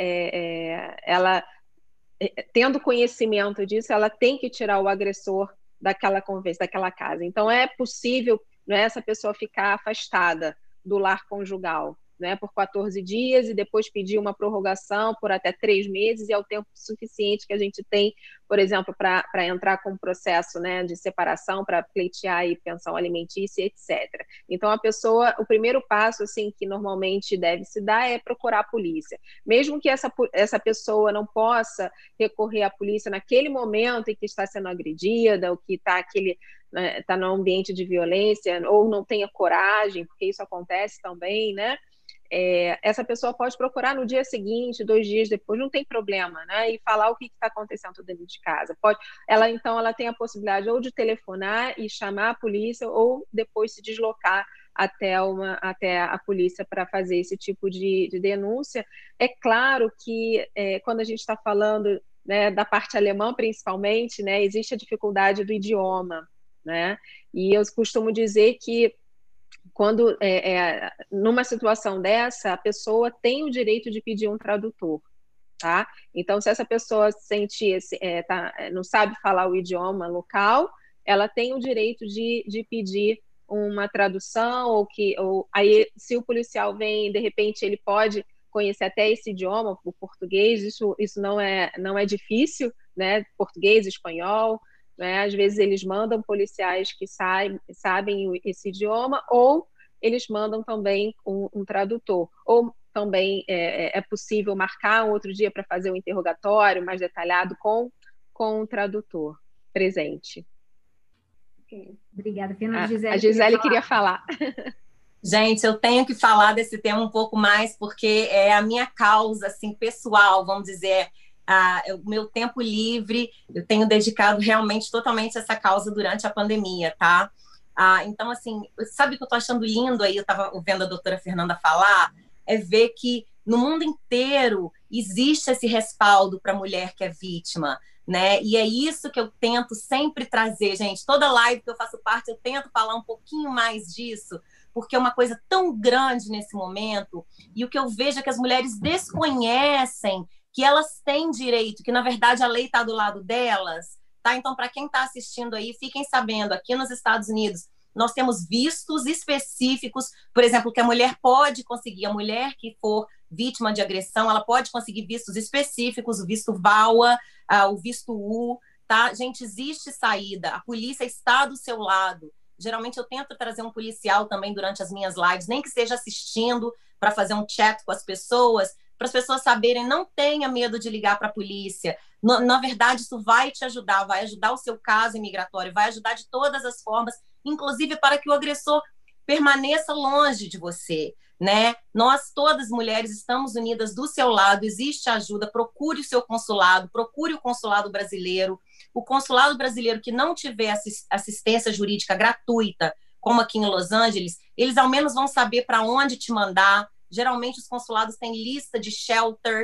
ela, tendo conhecimento disso, ela tem que tirar o agressor daquela conversa, daquela casa. Então, é possível, né, essa pessoa ficar afastada do lar conjugal, né, por 14 dias e depois pedir uma prorrogação por até 3 meses, e é o tempo suficiente que a gente tem, por exemplo, para entrar com um processo, né, de separação, para pleitear aí pensão alimentícia, etc. Então, o primeiro passo, assim, que normalmente deve se dar é procurar a polícia. Mesmo que essa pessoa não possa recorrer à polícia naquele momento em que está sendo agredida, ou que está no ambiente de violência, ou não tenha coragem, porque isso acontece também, né? Essa pessoa pode procurar no dia seguinte, 2 dias depois, não tem problema, né? E falar o que está acontecendo dentro de casa. Então, ela tem a possibilidade ou de telefonar e chamar a polícia, ou depois se deslocar até a polícia para fazer esse tipo de denúncia. É claro que quando a gente está falando, né, da parte alemã, principalmente, né, existe a dificuldade do idioma, né? E eu costumo dizer que quando, numa situação dessa, a pessoa tem o direito de pedir um tradutor, tá? Então, se essa pessoa não sabe falar o idioma local, ela tem o direito de pedir uma tradução, ou aí, se o policial vem, de repente, ele pode conhecer até esse idioma, o português, isso não é difícil, né? Português, espanhol, né? Às vezes eles mandam policiais que sabem esse idioma, ou eles mandam também um tradutor. Ou também é possível marcar um outro dia para fazer um interrogatório mais detalhado com um tradutor presente. Obrigada, Fernanda. A Gisele queria falar. Gente, eu tenho que falar desse tema um pouco mais, porque é a minha causa, assim, pessoal, vamos dizer, o meu tempo livre, eu tenho dedicado realmente totalmente a essa causa durante a pandemia, tá? Então, assim, sabe o que eu tô achando lindo aí, eu estava ouvindo a doutora Fernanda falar, é ver que no mundo inteiro existe esse respaldo para a mulher que é vítima, né? E é isso que eu tento sempre trazer, gente. Toda live que eu faço parte, eu tento falar um pouquinho mais disso, porque é uma coisa tão grande nesse momento, e o que eu vejo é que as mulheres desconhecem que elas têm direito, que na verdade a lei está do lado delas, tá? Então, para quem está assistindo aí, fiquem sabendo, aqui nos Estados Unidos, nós temos vistos específicos, por exemplo, que a mulher pode conseguir, a mulher que for vítima de agressão, ela pode conseguir vistos específicos, o visto VAWA, o visto U, tá? Gente, existe saída, a polícia está do seu lado. Geralmente eu tento trazer um policial também durante as minhas lives, nem que seja assistindo para fazer um chat com as pessoas, para as pessoas saberem, não tenha medo de ligar para a polícia. Na verdade, isso vai te ajudar, vai ajudar o seu caso imigratório, vai ajudar de todas as formas, inclusive para que o agressor permaneça longe de você, né? Nós, todas mulheres, estamos unidas do seu lado, existe ajuda, procure o seu consulado, procure o consulado brasileiro. O consulado brasileiro que não tiver assistência jurídica gratuita, como aqui em Los Angeles, eles ao menos vão saber para onde te mandar. Geralmente os consulados têm lista de shelters,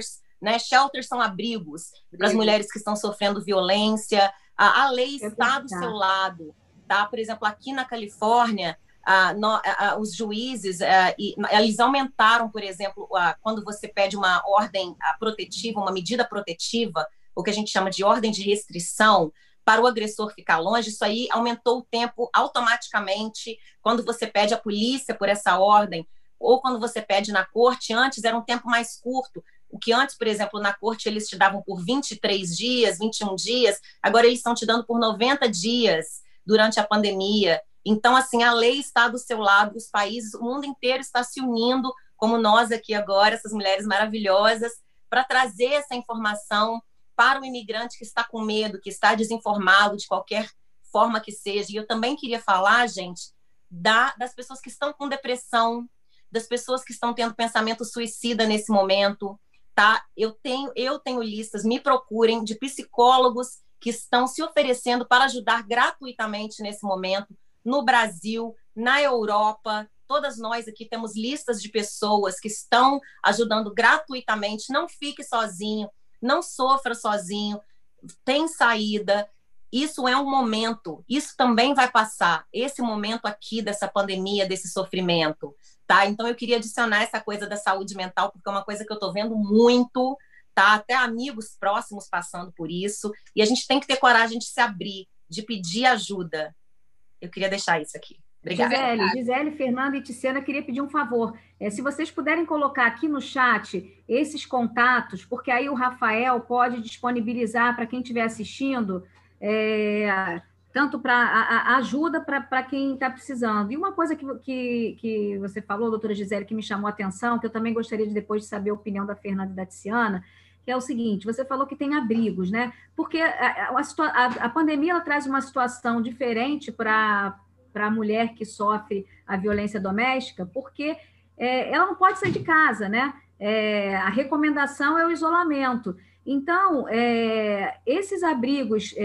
né? Shelters são abrigos para as mulheres que estão sofrendo violência. A lei está do seu lado, tá? Por exemplo, aqui na Califórnia, os juízes, eles aumentaram, por exemplo, quando você pede uma ordem protetiva, uma medida protetiva, o que a gente chama de ordem de restrição, para o agressor ficar longe, isso aí aumentou o tempo automaticamente. Quando você pede à polícia por essa ordem, ou quando você pede na corte, antes era um tempo mais curto. O que antes, por exemplo, na corte eles te davam por 23 dias, 21 dias, agora eles estão te dando por 90 dias durante a pandemia. Então, assim, a lei está do seu lado, os países, o mundo inteiro está se unindo, como nós aqui agora, essas mulheres maravilhosas, para trazer essa informação para o imigrante que está com medo, que está desinformado de qualquer forma que seja. E eu também queria falar, gente, das pessoas que estão com depressão, das pessoas que estão tendo pensamento suicida nesse momento, tá? Eu tenho listas, me procurem, de psicólogos que estão se oferecendo para ajudar gratuitamente nesse momento, no Brasil, na Europa. Todas nós aqui temos listas de pessoas que estão ajudando gratuitamente. Não fique sozinho, não sofra sozinho, tem saída. Isso é um momento, isso também vai passar, esse momento aqui dessa pandemia, desse sofrimento, tá? Então eu queria adicionar essa coisa da saúde mental, porque é uma coisa que eu estou vendo muito, tá? Até amigos próximos passando por isso, e a gente tem que ter coragem de se abrir, de pedir ajuda. Eu queria deixar isso aqui. Obrigada. Gisele, Fernanda e Tiziana, queria pedir um favor. Se vocês puderem colocar aqui no chat esses contatos, porque aí o Rafael pode disponibilizar para quem estiver assistindo, tanto para ajuda para quem está precisando. E uma coisa que você falou, doutora Gisele, que me chamou a atenção, que eu também gostaria de depois de saber a opinião da Fernanda e da Tiziana, que é o seguinte: você falou que tem abrigos, né? Porque a pandemia ela traz uma situação diferente para a mulher que sofre a violência doméstica, porque ela não pode sair de casa, né? A recomendação é o isolamento. Então, esses abrigos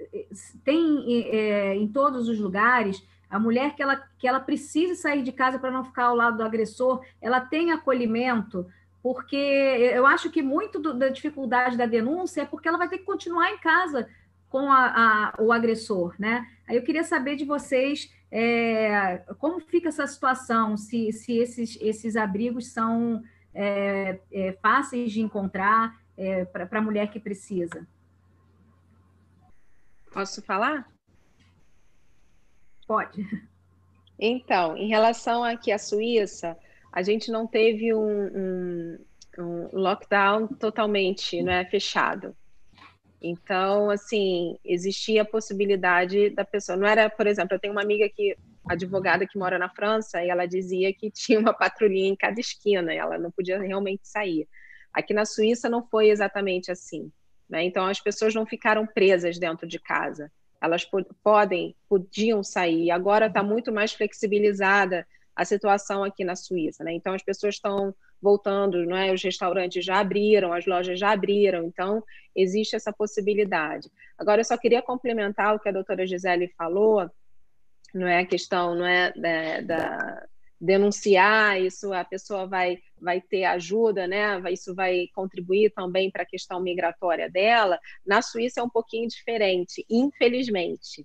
tem em todos os lugares. A mulher que ela precisa sair de casa para não ficar ao lado do agressor, ela tem acolhimento, porque eu acho que muito da dificuldade da denúncia é porque ela vai ter que continuar em casa com o agressor, né? Aí eu queria saber de vocês como fica essa situação, se esses abrigos são fáceis de encontrar para a mulher que precisa. Posso falar? Pode. Então, em relação aqui à Suíça, a gente não teve um lockdown totalmente, né, fechado. Então, assim, existia a possibilidade da pessoa. Não era, por exemplo, eu tenho uma amiga advogada que mora na França, e ela dizia que tinha uma patrulhinha em cada esquina, e ela não podia realmente sair. Aqui na Suíça não foi exatamente assim, né? Então, as pessoas não ficaram presas dentro de casa. Elas podiam sair. Agora está muito mais flexibilizada a situação aqui na Suíça, né? Então, as pessoas estão voltando, não é? Os restaurantes já abriram, as lojas já abriram, então existe essa possibilidade. Agora, eu só queria complementar o que a doutora Gisele falou, não é a questão, não é da denunciar, isso a pessoa vai ter ajuda, né? Isso vai contribuir também para a questão migratória dela. Na Suíça é um pouquinho diferente, infelizmente.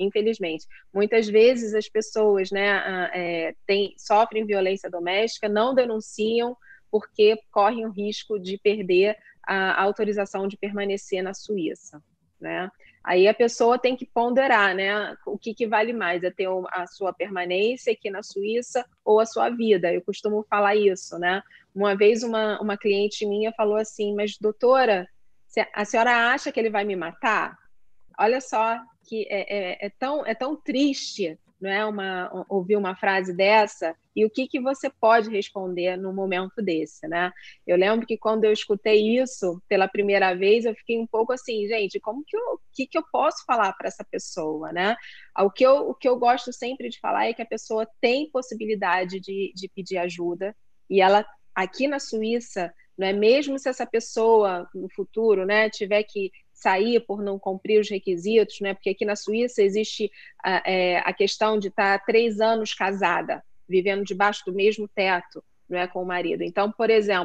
Muitas vezes as pessoas, né, sofrem violência doméstica, não denunciam porque correm o risco de perder a autorização de permanecer na Suíça, né? Aí a pessoa tem que ponderar, né, o que vale mais, é ter a sua permanência aqui na Suíça ou a sua vida. Eu costumo falar isso, né? Uma vez uma cliente minha falou assim: mas doutora, a senhora acha que ele vai me matar? Olha só que é tão triste, não é, ouvir uma frase dessa, e o que você pode responder num momento desse, né? Eu lembro que quando eu escutei isso pela primeira vez, eu fiquei um pouco assim, gente, que eu posso falar para essa pessoa, né? O que eu gosto sempre de falar é que a pessoa tem possibilidade de pedir ajuda, e ela, aqui na Suíça, não é, mesmo se essa pessoa no futuro, né, tiver que sair por não cumprir os requisitos, né? Porque aqui na Suíça existe a questão de estar 3 anos casada, vivendo debaixo do mesmo teto, não é, com o marido. Então, por exemplo,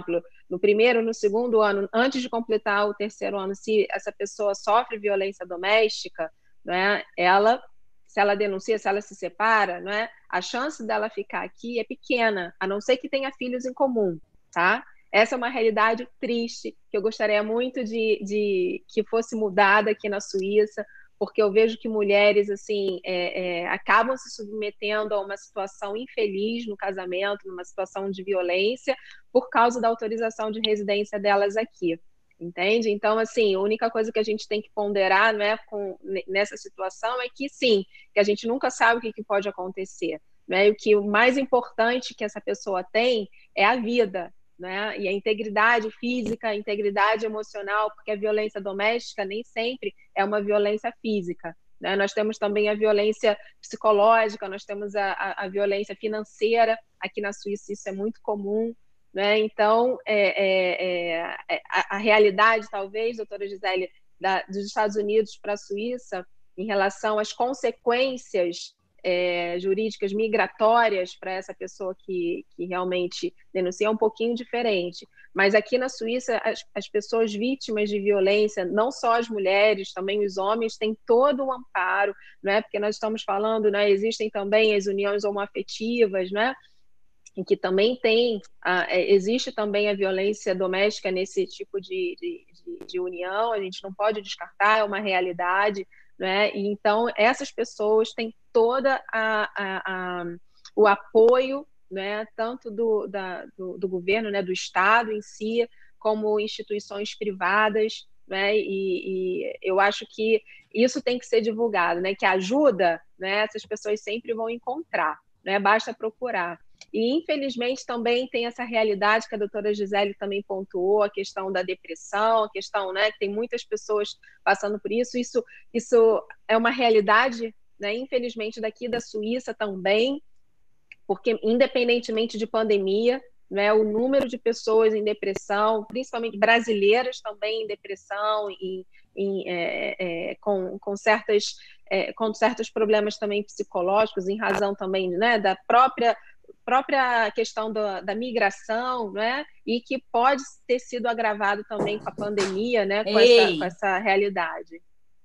no primeiro, no segundo ano, antes de completar o terceiro ano, se essa pessoa sofre violência doméstica, né, se ela denuncia, se ela se separa, né, a chance dela ficar aqui é pequena, a não ser que tenha filhos em comum, tá? Essa é uma realidade triste, que eu gostaria muito de que fosse mudada aqui na Suíça, porque eu vejo que mulheres assim acabam se submetendo a uma situação infeliz no casamento, numa situação de violência, por causa da autorização de residência delas aqui, entende? Então, assim, a única coisa que a gente tem que ponderar, né, nessa situação é que, sim, que a gente nunca sabe o que pode acontecer, né? E o mais importante que essa pessoa tem é a vida, né? E a integridade física, a integridade emocional, porque a violência doméstica nem sempre é uma violência física, né? Nós temos também a violência psicológica, nós temos a violência financeira, aqui na Suíça isso é muito comum, né? Então, a realidade, talvez, doutora Gisele, dos Estados Unidos para a Suíça, em relação às consequências jurídicas migratórias para essa pessoa que realmente denuncia é um pouquinho diferente. Mas aqui na Suíça, as pessoas vítimas de violência, não só as mulheres, também os homens, têm todo um amparo, né? Porque nós estamos falando, né? Existem também as uniões homoafetivas, né? Em que também existe também a violência doméstica nesse tipo de união, a gente não pode descartar, é uma realidade, né? E então, essas pessoas têm toda o apoio, né, tanto do governo, né, do Estado em si, como instituições privadas, né? E eu acho que isso tem que ser divulgado, né? Que ajuda, né, essas pessoas sempre vão encontrar, né? Basta procurar. E, infelizmente, também tem essa realidade que a doutora Gisele também pontuou, a questão da depressão, a questão, né, que tem muitas pessoas passando por isso. Isso é uma realidade, né, infelizmente, daqui da Suíça também, porque, independentemente de pandemia, né, o número de pessoas em depressão, principalmente brasileiras também em depressão, com certos problemas também psicológicos, em razão também, né, da própria questão da migração, né? E que pode ter sido agravado também com a pandemia, né? Com essa realidade.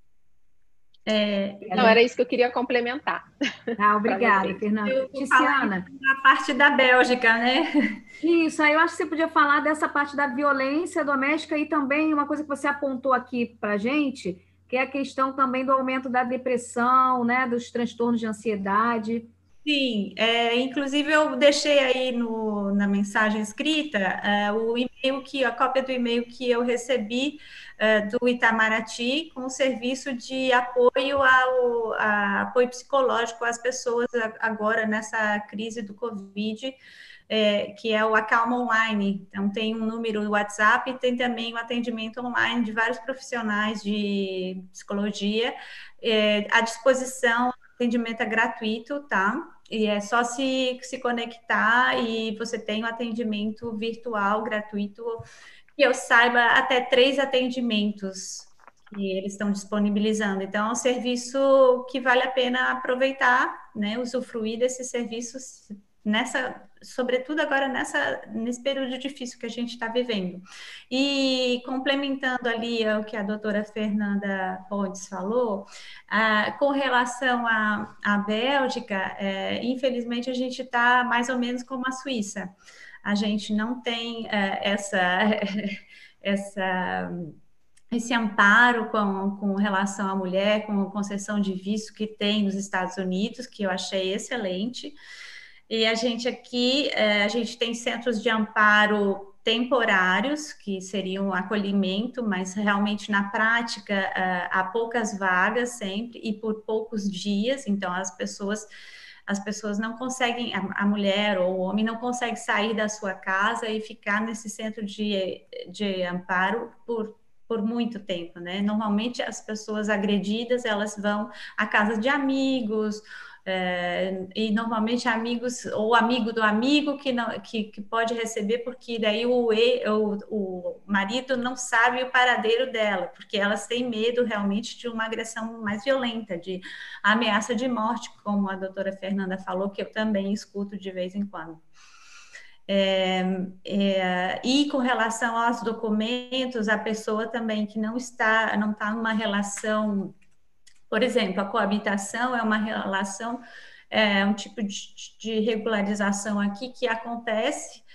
Então, era isso que eu queria complementar. Obrigada, Fernanda. Tiziana. A parte da Bélgica, né? Isso, aí eu acho que você podia falar dessa parte da violência doméstica e também uma coisa que você apontou aqui para a gente, que é a questão também do aumento da depressão, né? Dos transtornos de ansiedade. Sim, inclusive eu deixei aí na mensagem escrita o e-mail a cópia do e-mail que eu recebi do Itamaraty com o serviço de apoio apoio psicológico às pessoas agora nessa crise do Covid, que é o Acalma Online. Então tem um número do WhatsApp e tem também o atendimento online de vários profissionais de psicologia à disposição. O atendimento é gratuito, tá? E é só se conectar e você tem um atendimento virtual gratuito, que eu saiba, até 3 atendimentos que eles estão disponibilizando. Então, é um serviço que vale a pena aproveitar, né? Usufruir desses serviços sobretudo agora nesse período difícil que a gente está vivendo. E complementando ali o que a doutora Fernanda Pontes falou, com relação à Bélgica, infelizmente a gente está mais ou menos como a Suíça. A gente não tem esse amparo com relação à mulher, com concessão de visto que tem nos Estados Unidos, que eu achei excelente. E a gente aqui, a gente tem centros de amparo temporários, que seriam um acolhimento, mas realmente na prática há poucas vagas sempre e por poucos dias, então as pessoas não conseguem, a mulher ou o homem não consegue sair da sua casa e ficar nesse centro de amparo por muito tempo, né? Normalmente as pessoas agredidas, elas vão a casa de amigos, e normalmente amigos ou amigo do amigo que pode receber, porque daí o marido não sabe o paradeiro dela, porque elas têm medo realmente de uma agressão mais violenta, de ameaça de morte, como a doutora Fernanda falou, que eu também escuto de vez em quando. E com relação aos documentos, a pessoa também que não está numa relação, por exemplo, a coabitação é uma relação, um tipo de regularização aqui que acontece,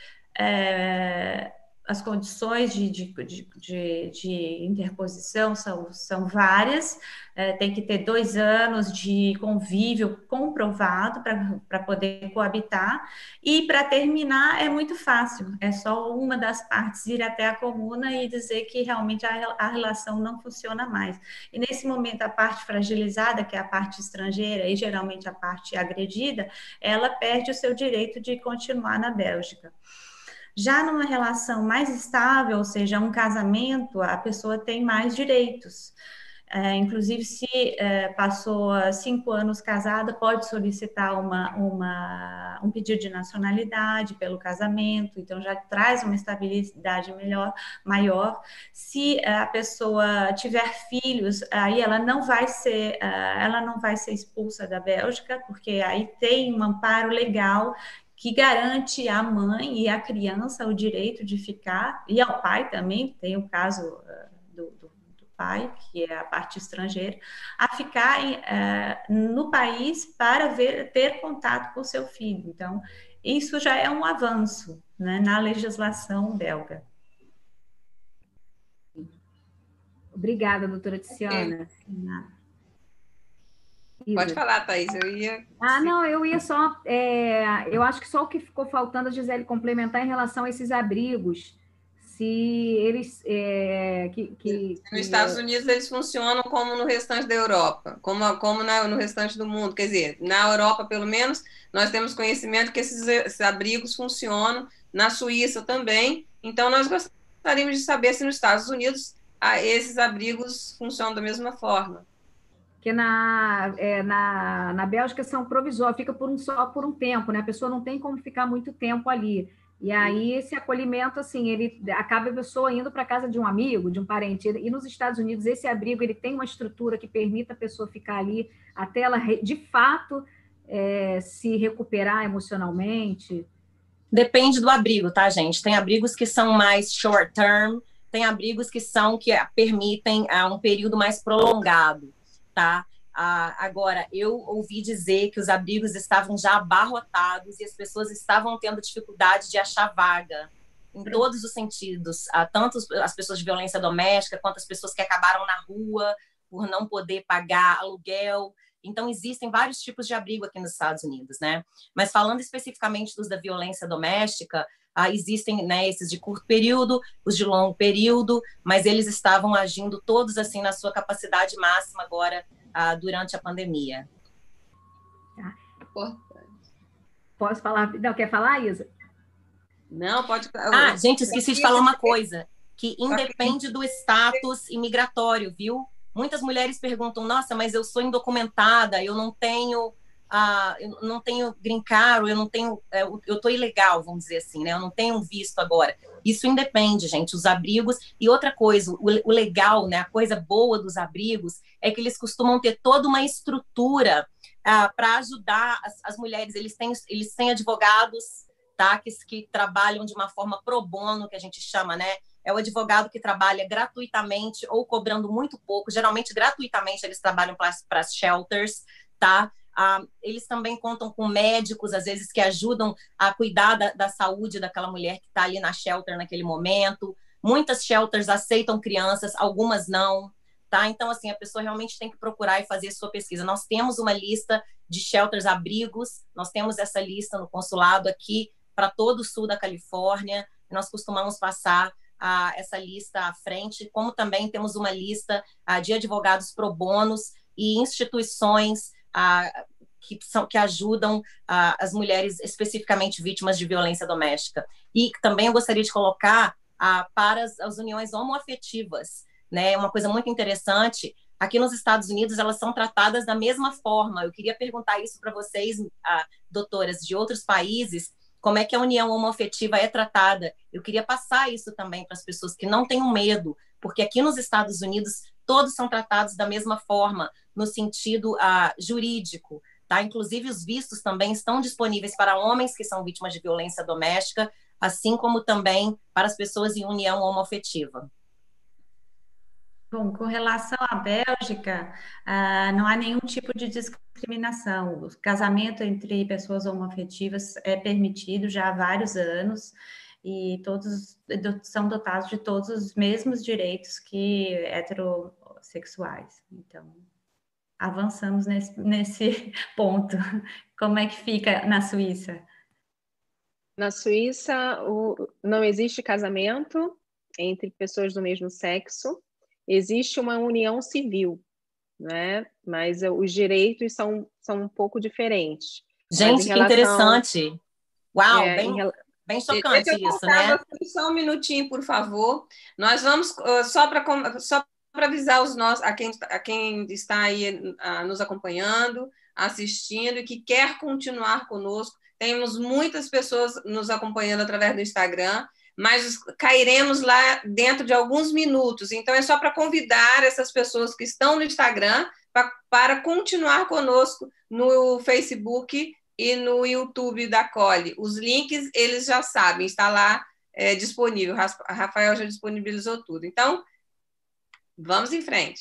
as condições de interposição são várias, tem que ter 2 anos de convívio comprovado para poder coabitar, e para terminar é muito fácil, é só uma das partes ir até a comuna e dizer que realmente a relação não funciona mais. E nesse momento a parte fragilizada, que é a parte estrangeira e geralmente a parte agredida, ela perde o seu direito de continuar na Bélgica. Já numa relação mais estável, ou seja, um casamento, a pessoa tem mais direitos. Inclusive, se passou 5 anos casada, pode solicitar um pedido de nacionalidade pelo casamento, então já traz uma estabilidade maior. Se a pessoa tiver filhos, aí ela não vai ser expulsa da Bélgica, porque aí tem um amparo legal que garante à mãe e à criança o direito de ficar, e ao pai também, tem o caso do pai, que é a parte estrangeira, a ficar no país para ter contato com o seu filho. Então, isso já é um avanço, né, na legislação belga. Obrigada, doutora Tiziana. Pode falar, Thaís, não, eu ia só... eu acho que só o que ficou faltando a Gisele complementar em relação a esses abrigos, se eles... Nos Estados Unidos eles funcionam como no restante da Europa, como no restante do mundo. Quer dizer, na Europa, pelo menos, nós temos conhecimento que esses abrigos funcionam, na Suíça também. Então, nós gostaríamos de saber se nos Estados Unidos esses abrigos funcionam da mesma forma. Porque na Bélgica são provisórios, fica só por um tempo, né? A pessoa não tem como ficar muito tempo ali. E aí esse acolhimento, assim, ele acaba a pessoa indo para a casa de um amigo, de um parente. E nos Estados Unidos, esse abrigo, ele tem uma estrutura que permite a pessoa ficar ali até ela, de fato, se recuperar emocionalmente. Depende do abrigo, tá, gente? Tem abrigos que são mais short term, tem abrigos que permitem um período mais prolongado. Tá? Agora, eu ouvi dizer que os abrigos estavam já abarrotados e as pessoas estavam tendo dificuldade de achar vaga, em todos os sentidos, tanto as pessoas de violência doméstica, quanto as pessoas que acabaram na rua por não poder pagar aluguel. Então, existem vários tipos de abrigo aqui nos Estados Unidos, né? Mas falando especificamente dos da violência doméstica, existem, né, esses de curto período, os de longo período, mas eles estavam agindo todos assim na sua capacidade máxima agora durante a pandemia. Posso falar? Não, quer falar, Isa? Não, pode. Gente, esqueci de falar uma coisa, que independe do status imigratório, viu? Muitas mulheres perguntam, nossa, mas eu sou indocumentada, eu não tenho green card, eu tô ilegal, vamos dizer assim, né? Eu não tenho visto agora. Isso independe, gente, os abrigos. E outra coisa, o legal, né? A coisa boa dos abrigos é que eles costumam ter toda uma estrutura para ajudar as mulheres. Eles têm advogados, tá? Que trabalham de uma forma pro bono, que a gente chama, né? É o advogado que trabalha gratuitamente ou cobrando muito pouco. Geralmente, gratuitamente, eles trabalham para as shelters, tá? Eles também contam com médicos, às vezes, que ajudam a cuidar da saúde daquela mulher que está ali na shelter naquele momento. Muitas shelters aceitam crianças, algumas não, tá? Então, assim, a pessoa realmente tem que procurar e fazer a sua pesquisa. Nós temos uma lista de shelters, abrigos, nós temos essa lista no consulado aqui para todo o sul da Califórnia. Nós costumamos passar essa lista à frente, como também temos uma lista de advogados pro bonos e instituições que ajudam as mulheres especificamente vítimas de violência doméstica. E também eu gostaria de colocar para as uniões homoafetivas, né? Uma coisa muito interessante, aqui nos Estados Unidos elas são tratadas da mesma forma. Eu queria perguntar isso para vocês, doutoras de outros países, como é que a união homoafetiva é tratada. Eu queria passar isso também para as pessoas que não tenham medo, porque aqui nos Estados Unidos todos são tratados da mesma forma, no sentido jurídico, tá? Inclusive, os vistos também estão disponíveis para homens que são vítimas de violência doméstica, assim como também para as pessoas em união homoafetiva. Bom, com relação à Bélgica, não há nenhum tipo de discriminação. O casamento entre pessoas homoafetivas é permitido já há vários anos e todos são dotados de todos os mesmos direitos que heterossexuais. Então, avançamos nesse ponto. Como é que fica na Suíça? Na Suíça, não existe casamento entre pessoas do mesmo sexo. Existe uma união civil, né? Mas os direitos são um pouco diferentes. Gente, que interessante! Uau, bem chocante isso, né? Só um minutinho, por favor. Nós vamos, só para avisar a quem está aí nos acompanhando, assistindo e que quer continuar conosco. Temos muitas pessoas nos acompanhando através do Instagram, mas cairemos lá dentro de alguns minutos. Então, é só para convidar essas pessoas que estão no Instagram para continuar conosco no Facebook e no YouTube da Cole. Os links, eles já sabem, está lá disponível. A Rafael já disponibilizou tudo. Então, vamos em frente.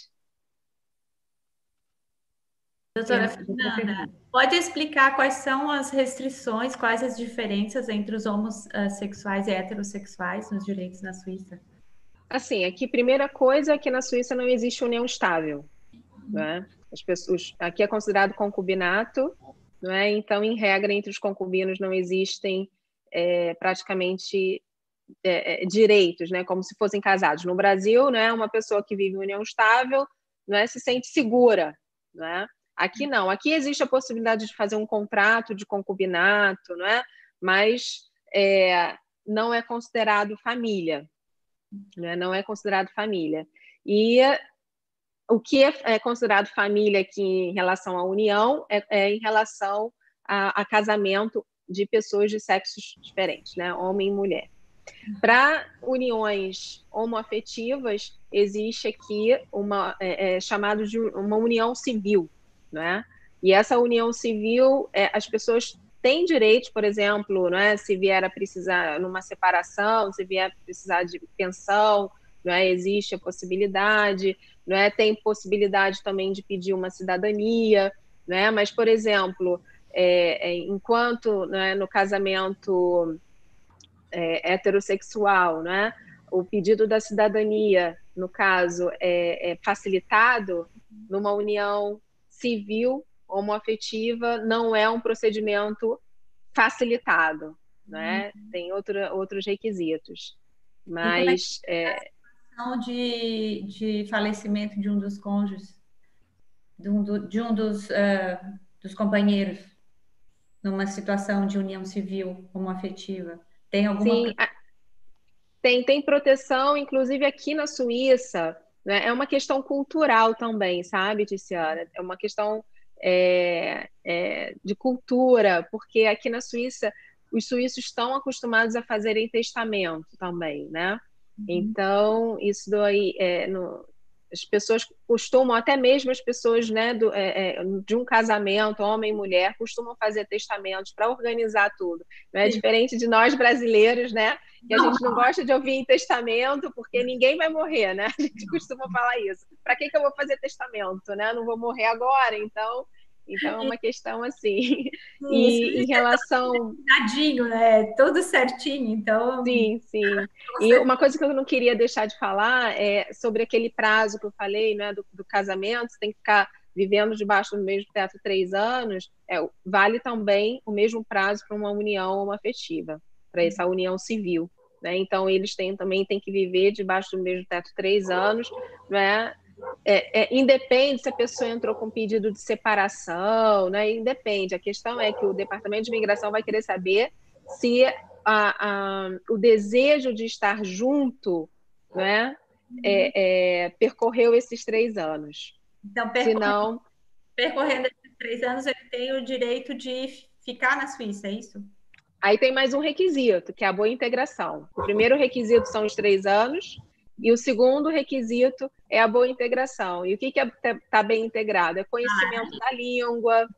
Doutora Fernanda, pode explicar quais são as restrições, quais as diferenças entre os homossexuais e heterossexuais nos direitos na Suíça? Assim, aqui, primeira coisa é que na Suíça não existe união estável, né? As pessoas, aqui é considerado concubinato, não é? Então, em regra, entre os concubinos não existem praticamente direitos, né? Como se fossem casados. No Brasil, né, uma pessoa que vive em união estável, não é, se sente segura, não é? Aqui não, aqui existe a possibilidade de fazer um contrato de concubinato, não é? Mas não é considerado família, né? Não é considerado família. E o que é considerado família aqui em relação à união é em relação a casamento de pessoas de sexos diferentes, né? Homem e mulher. Para uniões homoafetivas, existe aqui chamado de uma união civil, né? E essa união civil, as pessoas têm direitos, por exemplo, né? Se vier a precisar numa separação, se vier a precisar de pensão, não é? Existe a possibilidade, não é? Tem possibilidade também de pedir uma cidadania, né? Mas, por exemplo, enquanto, né, no casamento heterossexual, né, o pedido da cidadania, no caso, é facilitado, numa união civil homoafetiva não é um procedimento facilitado, né? Tem outros requisitos. Mas de falecimento de um dos cônjuges, de um dos companheiros, numa situação de união civil homoafetiva, tem alguma... Sim, tem proteção, inclusive aqui na Suíça, né? É uma questão cultural também, sabe, Tiziana? É uma questão de cultura, porque aqui na Suíça os suíços estão acostumados a fazerem testamento também, né? Então, isso daí, as pessoas costumam, até mesmo as pessoas, né, de um casamento, homem e mulher, costumam fazer testamentos para organizar tudo. Não é diferente de nós brasileiros, né? Que a gente não gosta de ouvir em testamento, porque ninguém vai morrer, né? A gente costuma falar isso. Para que eu vou fazer testamento, né? Não vou morrer agora, então é uma questão assim. E em relação... Tadinho, né? Tudo certinho, então... Sim. E uma coisa que eu não queria deixar de falar é sobre aquele prazo que eu falei, né, do casamento, você tem que ficar vivendo debaixo do mesmo teto 3 anos, vale também o mesmo prazo para uma união homoafetiva, para essa união civil, né? Então, eles também têm que viver debaixo do mesmo teto 3 anos, né? Independe se a pessoa entrou com pedido de separação, né? Independe. A questão é que o Departamento de Imigração vai querer saber se o desejo de estar junto, né, percorreu esses 3 anos. Então, percorrendo esses 3 anos, ele tem o direito de ficar na Suíça, é isso? Aí tem mais um requisito, que é a boa integração. O primeiro requisito são os 3 anos, e o segundo requisito é a boa integração. E o que é estar bem integrado? É conhecimento da língua,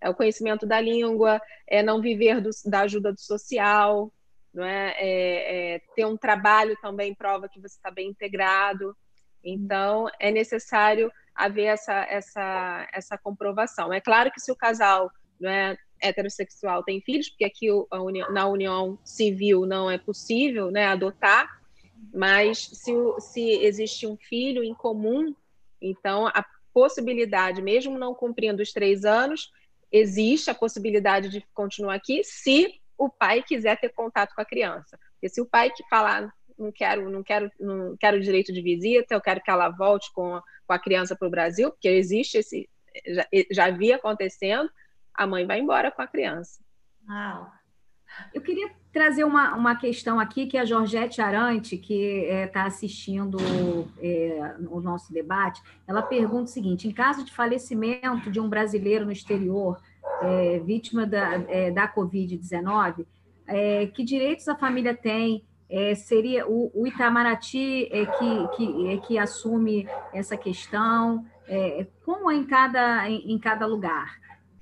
É o conhecimento da língua, é não viver da ajuda do social, não é? Ter um trabalho também prova que você está bem integrado. Então, é necessário haver essa comprovação. É claro que se o casal, não é, heterossexual tem filhos, porque aqui na união civil não é possível, né, adotar, mas se existe um filho em comum, então a possibilidade, mesmo não cumprindo os 3 anos, existe a possibilidade de continuar aqui se o pai quiser ter contato com a criança. Porque se o pai que falar não quero direito de visita, eu quero que ela volte com a criança para o Brasil, porque existe já havia acontecendo, a mãe vai embora com a criança. Uau. Eu queria trazer uma questão aqui, que a Georgette Arante, que está assistindo o nosso debate, ela pergunta o seguinte: em caso de falecimento de um brasileiro no exterior, vítima da Covid-19, que direitos a família tem? Seria o Itamaraty que assume essa questão? Como é em cada lugar?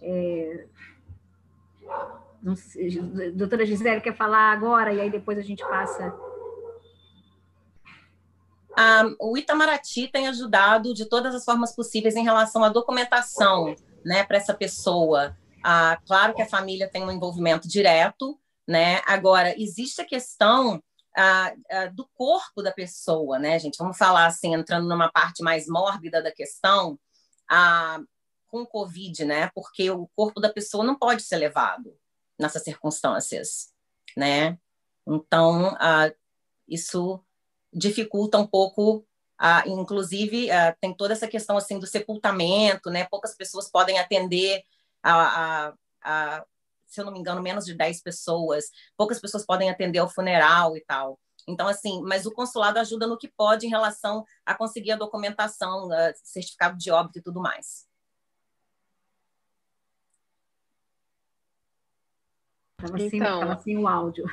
Não sei, doutora Gisele quer falar agora e aí depois a gente passa. O Itamaraty tem ajudado de todas as formas possíveis em relação à documentação, né, para essa pessoa. Claro que a família tem um envolvimento direto, né? Agora, existe a questão do corpo da pessoa, né, gente? Vamos falar assim, entrando numa parte mais mórbida da questão, com o Covid, né? Porque o corpo da pessoa não pode ser levado nessas circunstâncias, né? Então, isso dificulta um pouco, inclusive, tem toda essa questão assim do sepultamento, né? Poucas pessoas podem atender se eu não me engano, menos de 10 pessoas, poucas pessoas podem atender ao funeral e tal. Então, assim, mas o consulado ajuda no que pode em relação a conseguir a documentação, certificado de óbito e tudo mais. Estava sem o áudio.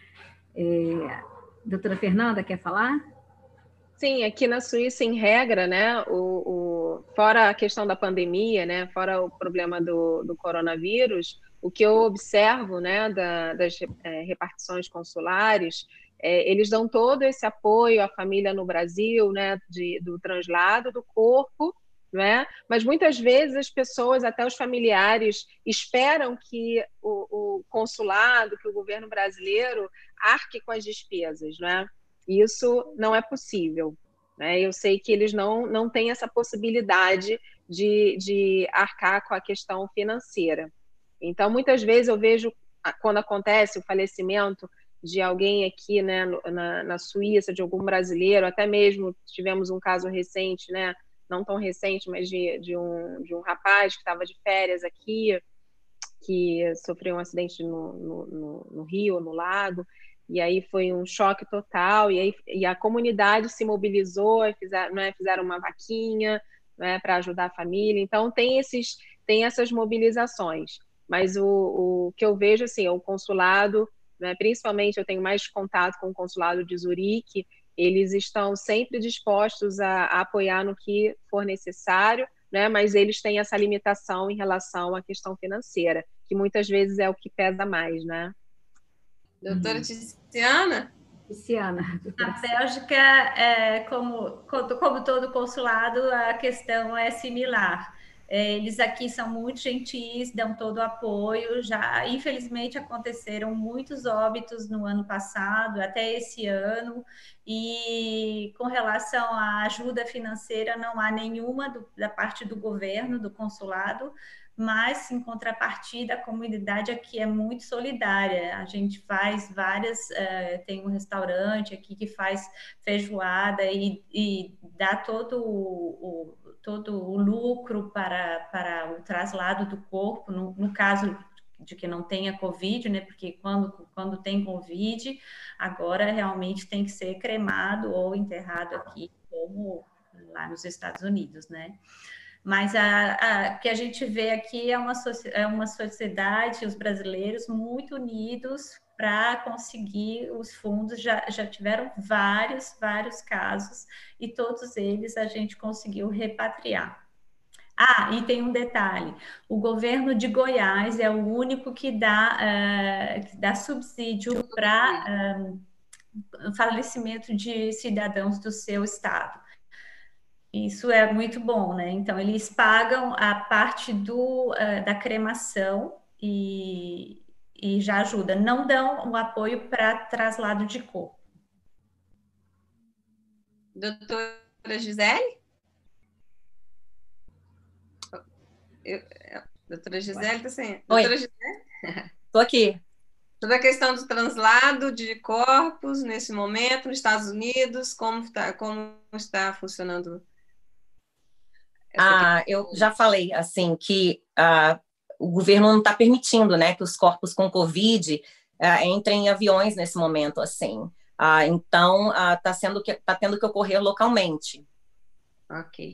Doutora Fernanda, quer falar? Sim, aqui na Suíça, em regra, né, fora a questão da pandemia, né, fora o problema do coronavírus, o que eu observo, né, das repartições consulares, eles dão todo esse apoio à família no Brasil, né, do translado do corpo, né? Mas muitas vezes as pessoas, até os familiares, esperam que o consulado, que o governo brasileiro arque com as despesas, né? Isso não é possível, né? Eu sei que eles não têm essa possibilidade de arcar com a questão financeira. Então, muitas vezes eu vejo, quando acontece o falecimento de alguém aqui, né, na Suíça, de algum brasileiro, até mesmo tivemos um caso recente, né, não tão recente, mas de um rapaz que estava de férias aqui, que sofreu um acidente no rio, no lago, e aí foi um choque total, e a comunidade se mobilizou, fizeram uma vaquinha, né, para ajudar a família. Então, tem essas mobilizações, mas o que eu vejo, assim, é o consulado, né, principalmente eu tenho mais contato com o consulado de Zurique, eles estão sempre dispostos a apoiar no que for necessário, né? Mas eles têm essa limitação em relação à questão financeira, que muitas vezes é o que pesa mais, né? Doutora Tiziana? Na Bélgica, como todo consulado, a questão é similar. Eles aqui são muito gentis, dão todo o apoio. Já, infelizmente, aconteceram muitos óbitos no ano passado, até esse ano, e com relação à ajuda financeira, não há nenhuma da parte do governo, do consulado, mas, em contrapartida, a comunidade aqui é muito solidária. A gente faz tem um restaurante aqui que faz feijoada e dá todo o lucro para o traslado do corpo, no caso de que não tenha Covid, né? Porque quando tem Covid, agora realmente tem que ser cremado ou enterrado aqui, como lá nos Estados Unidos, né? Mas o que a gente vê aqui é uma sociedade, os brasileiros muito unidos para conseguir os fundos. Já tiveram vários casos e todos eles a gente conseguiu repatriar. Ah, e tem um detalhe: o governo de Goiás é o único que dá subsídio para falecimento de cidadãos do seu estado. Isso é muito bom, né? Então, eles pagam a parte da cremação e já ajuda. Não dão o apoio para traslado de corpo. Doutora Gisele? Doutora Gisele está sem. Oi. Doutora Gisele? Estou aqui. Sobre a questão do translado de corpos nesse momento nos Estados Unidos, como está funcionando? Eu já falei assim que o governo não está permitindo, né, que os corpos com Covid entrem em aviões nesse momento, assim. Então, tá tendo que ocorrer localmente. Ok.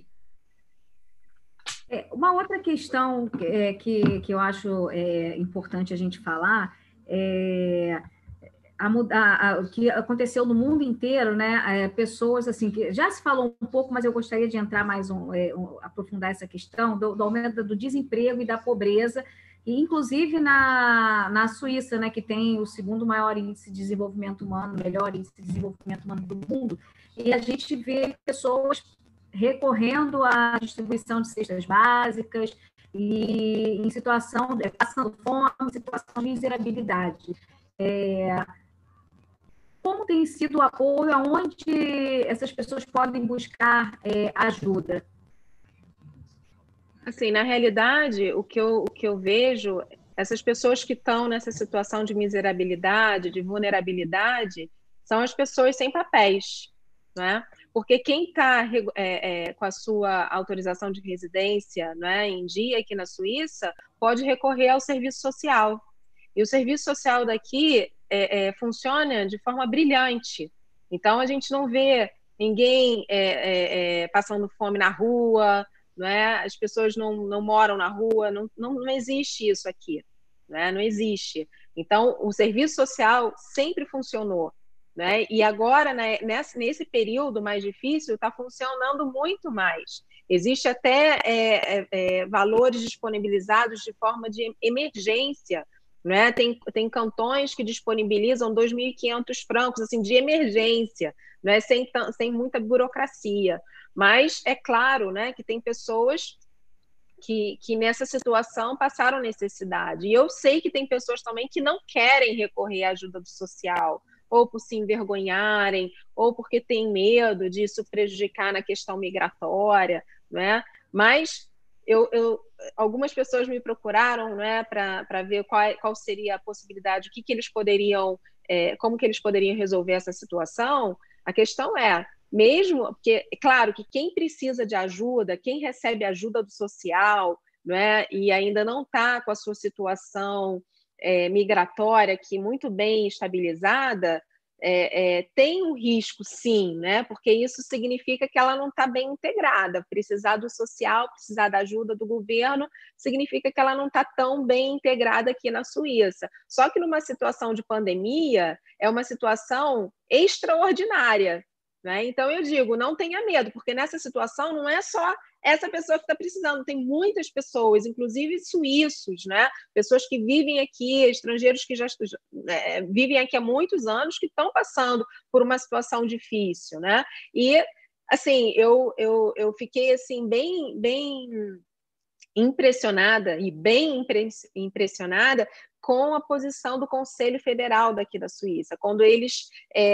Uma outra questão que eu acho importante a gente falar é o que aconteceu no mundo inteiro, né? Pessoas assim que já se falou um pouco, mas eu gostaria de entrar mais aprofundar essa questão do aumento do desemprego e da pobreza, e inclusive na Suíça, né, que tem o segundo maior índice de desenvolvimento humano, melhor índice de desenvolvimento humano do mundo, e a gente vê pessoas recorrendo à distribuição de cestas básicas e em situação, passando fome, em situação de miserabilidade. Como tem sido o apoio, aonde essas pessoas podem buscar ajuda? Assim, na realidade, o que eu vejo, essas pessoas que estão nessa situação de miserabilidade, de vulnerabilidade, são as pessoas sem papéis, né? Porque quem está com a sua autorização de residência, né, em dia aqui na Suíça, pode recorrer ao serviço social. E o serviço social daqui funciona de forma brilhante. Então, a gente não vê ninguém passando fome na rua, não é? As pessoas não moram na rua, não existe isso aqui, né? Não existe. Então, o serviço social sempre funcionou, né? E agora, né, nesse período mais difícil, está funcionando muito mais. Existe até valores disponibilizados de forma de emergência, né? Tem cantões que disponibilizam 2.500 francos assim, de emergência, né? Sem muita burocracia. Mas é claro, né, que tem pessoas que nessa situação passaram necessidade. E eu sei que tem pessoas também que não querem recorrer à ajuda do social, ou por se envergonharem, ou porque têm medo disso prejudicar na questão migratória, né? Mas algumas pessoas me procuraram, né, para ver qual seria a possibilidade, eles poderiam, como que eles poderiam resolver essa situação. A questão mesmo, porque é claro que quem precisa de ajuda, quem recebe ajuda do social, né, e ainda não está com a sua situação migratória aqui muito bem estabilizada, tem um risco, sim, né, porque isso significa que ela não está bem integrada. Precisar do social, precisar da ajuda do governo, significa que ela não está tão bem integrada aqui na Suíça. Só que numa situação de pandemia, é uma situação extraordinária, né? Então, eu digo, não tenha medo, porque nessa situação não é só essa pessoa que está precisando, tem muitas pessoas, inclusive suíços, né? Pessoas que vivem aqui, estrangeiros que já vivem aqui há muitos anos, que estão passando por uma situação difícil, né? E, assim, eu fiquei, assim, bem impressionada com a posição do Conselho Federal daqui da Suíça, quando eles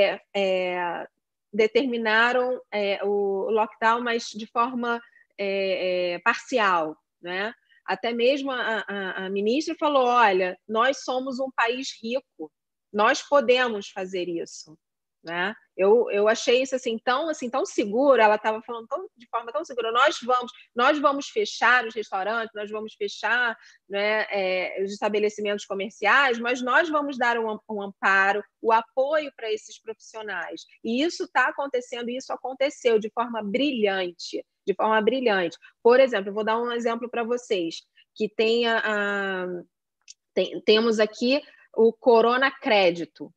determinaram o lockdown, mas de forma parcial, né? Até mesmo a ministra falou, olha, nós somos um país rico, nós podemos fazer isso, né? Eu achei isso assim tão seguro, ela estava falando de forma tão segura, nós vamos fechar os restaurantes, nós vamos fechar, né, os estabelecimentos comerciais, mas nós vamos dar um amparo, o apoio para esses profissionais. E isso está acontecendo, e isso aconteceu de forma brilhante, Por exemplo, eu vou dar um exemplo para vocês, que temos aqui o Corona Crédito,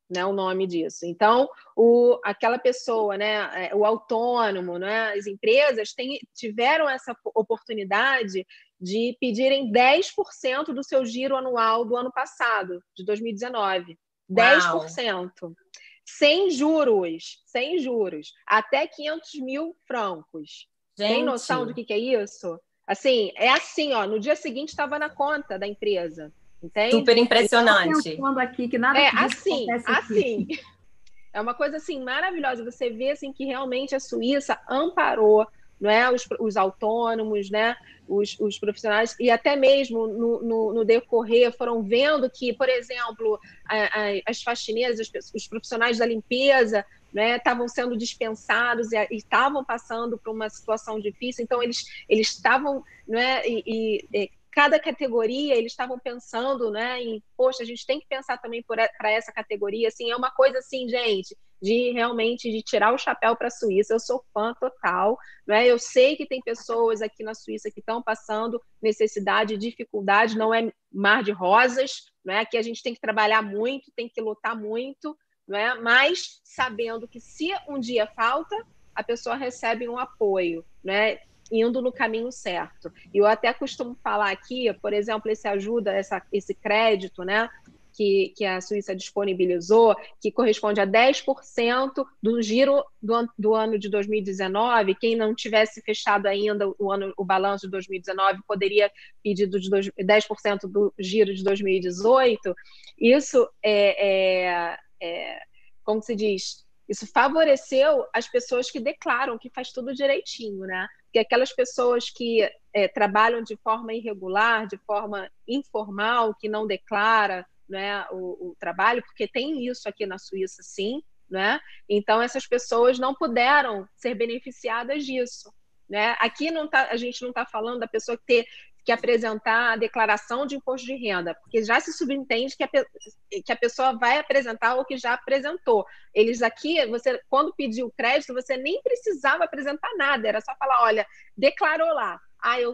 né, o nome disso. Então, aquela pessoa, né, o autônomo, né, as empresas tiveram essa oportunidade de pedirem 10% do seu giro anual do ano passado, de 2019. 10%. Uau. Sem juros, até 500 mil francos. Gente. Tem noção do que é isso? Assim, ó, no dia seguinte estava na conta da empresa, entende? Super impressionante. Pensando aqui que nada assim. É uma coisa assim maravilhosa. Você vê assim que realmente a Suíça amparou, não é, os autônomos, né, os profissionais, e até mesmo no decorrer foram vendo que, por exemplo, as faxineiras, os profissionais da limpeza, né, estavam sendo dispensados e estavam passando por uma situação difícil. Então eles estavam, né, cada categoria eles estavam pensando, né, em, poxa, a gente tem que pensar também para essa categoria, assim, é uma coisa assim, gente, de tirar o chapéu para a Suíça. Eu sou fã total, né? Eu sei que tem pessoas aqui na Suíça que estão passando necessidade, dificuldade, não é mar de rosas, né? Aqui a gente tem que trabalhar muito, tem que lutar muito, né? Mas sabendo que se um dia falta, a pessoa recebe um apoio, né, indo no caminho certo. E eu até costumo falar aqui, por exemplo, esse crédito, né, que a Suíça disponibilizou, que corresponde a 10% do giro do ano de 2019. Quem não tivesse fechado ainda o balanço de 2019 poderia pedir 10% do giro de 2018. Isso como se diz, isso favoreceu as pessoas que declaram, que faz tudo direitinho, né? Porque aquelas pessoas que trabalham de forma irregular, de forma informal, que não declara, né, o trabalho, porque tem isso aqui na Suíça, sim, né? Então essas pessoas não puderam ser beneficiadas disso, né? Aqui a gente não está falando da pessoa ter que apresentar a declaração de imposto de renda, porque já se subentende que a pessoa vai apresentar o que já apresentou. Eles aqui, quando pediu o crédito, você nem precisava apresentar nada, era só falar, olha, declarou lá, eu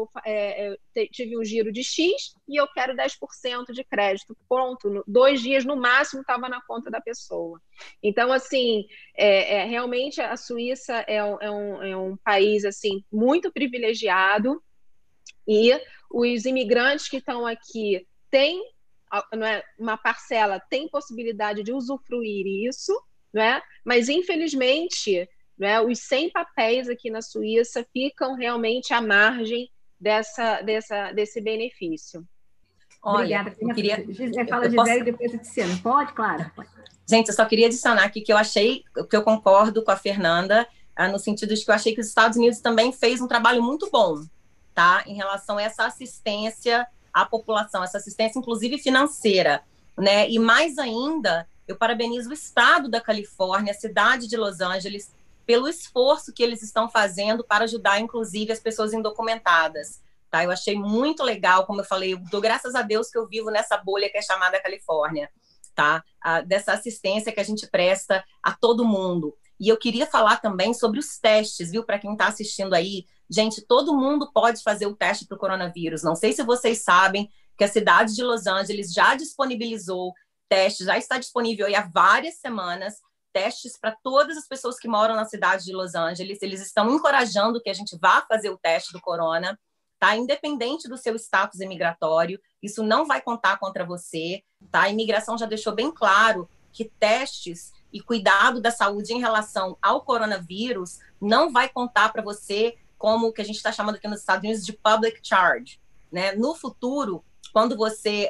tive um giro de X e eu quero 10% de crédito, pronto, 2 dias no máximo estava na conta da pessoa. Então, assim, realmente a Suíça é um país assim, muito privilegiado, e os imigrantes que estão aqui têm, não é, uma parcela, tem possibilidade de usufruir isso, não é? Mas infelizmente, não é, os sem papéis aqui na Suíça ficam realmente à margem desse benefício. Olha, obrigada. Fala Gisele e depois a Tiziana. Pode, claro. Pode. Gente, eu só queria adicionar aqui que eu concordo com a Fernanda, no sentido de que eu achei que os Estados Unidos também fez um trabalho muito bom, tá, em relação a essa assistência à população, essa assistência inclusive financeira, né? E mais ainda, eu parabenizo o estado da Califórnia, a cidade de Los Angeles, pelo esforço que eles estão fazendo para ajudar inclusive as pessoas indocumentadas, tá? Eu achei muito legal, como eu falei, eu dou graças a Deus que eu vivo nessa bolha que é chamada Califórnia, tá? Dessa assistência que a gente presta a todo mundo. E eu queria falar também sobre os testes, viu? Para quem está assistindo aí, gente, todo mundo pode fazer o teste para o coronavírus. Não sei se vocês sabem que a cidade de Los Angeles já disponibilizou testes, já está disponível aí há várias semanas, testes para todas as pessoas que moram na cidade de Los Angeles. Eles estão encorajando que a gente vá fazer o teste do corona, tá? Independente do seu status imigratório, isso não vai contar contra você, tá? A imigração já deixou bem claro que testes e cuidado da saúde em relação ao coronavírus não vai contar para você como o que a gente está chamando aqui nos Estados Unidos de public charge, né? No futuro, quando você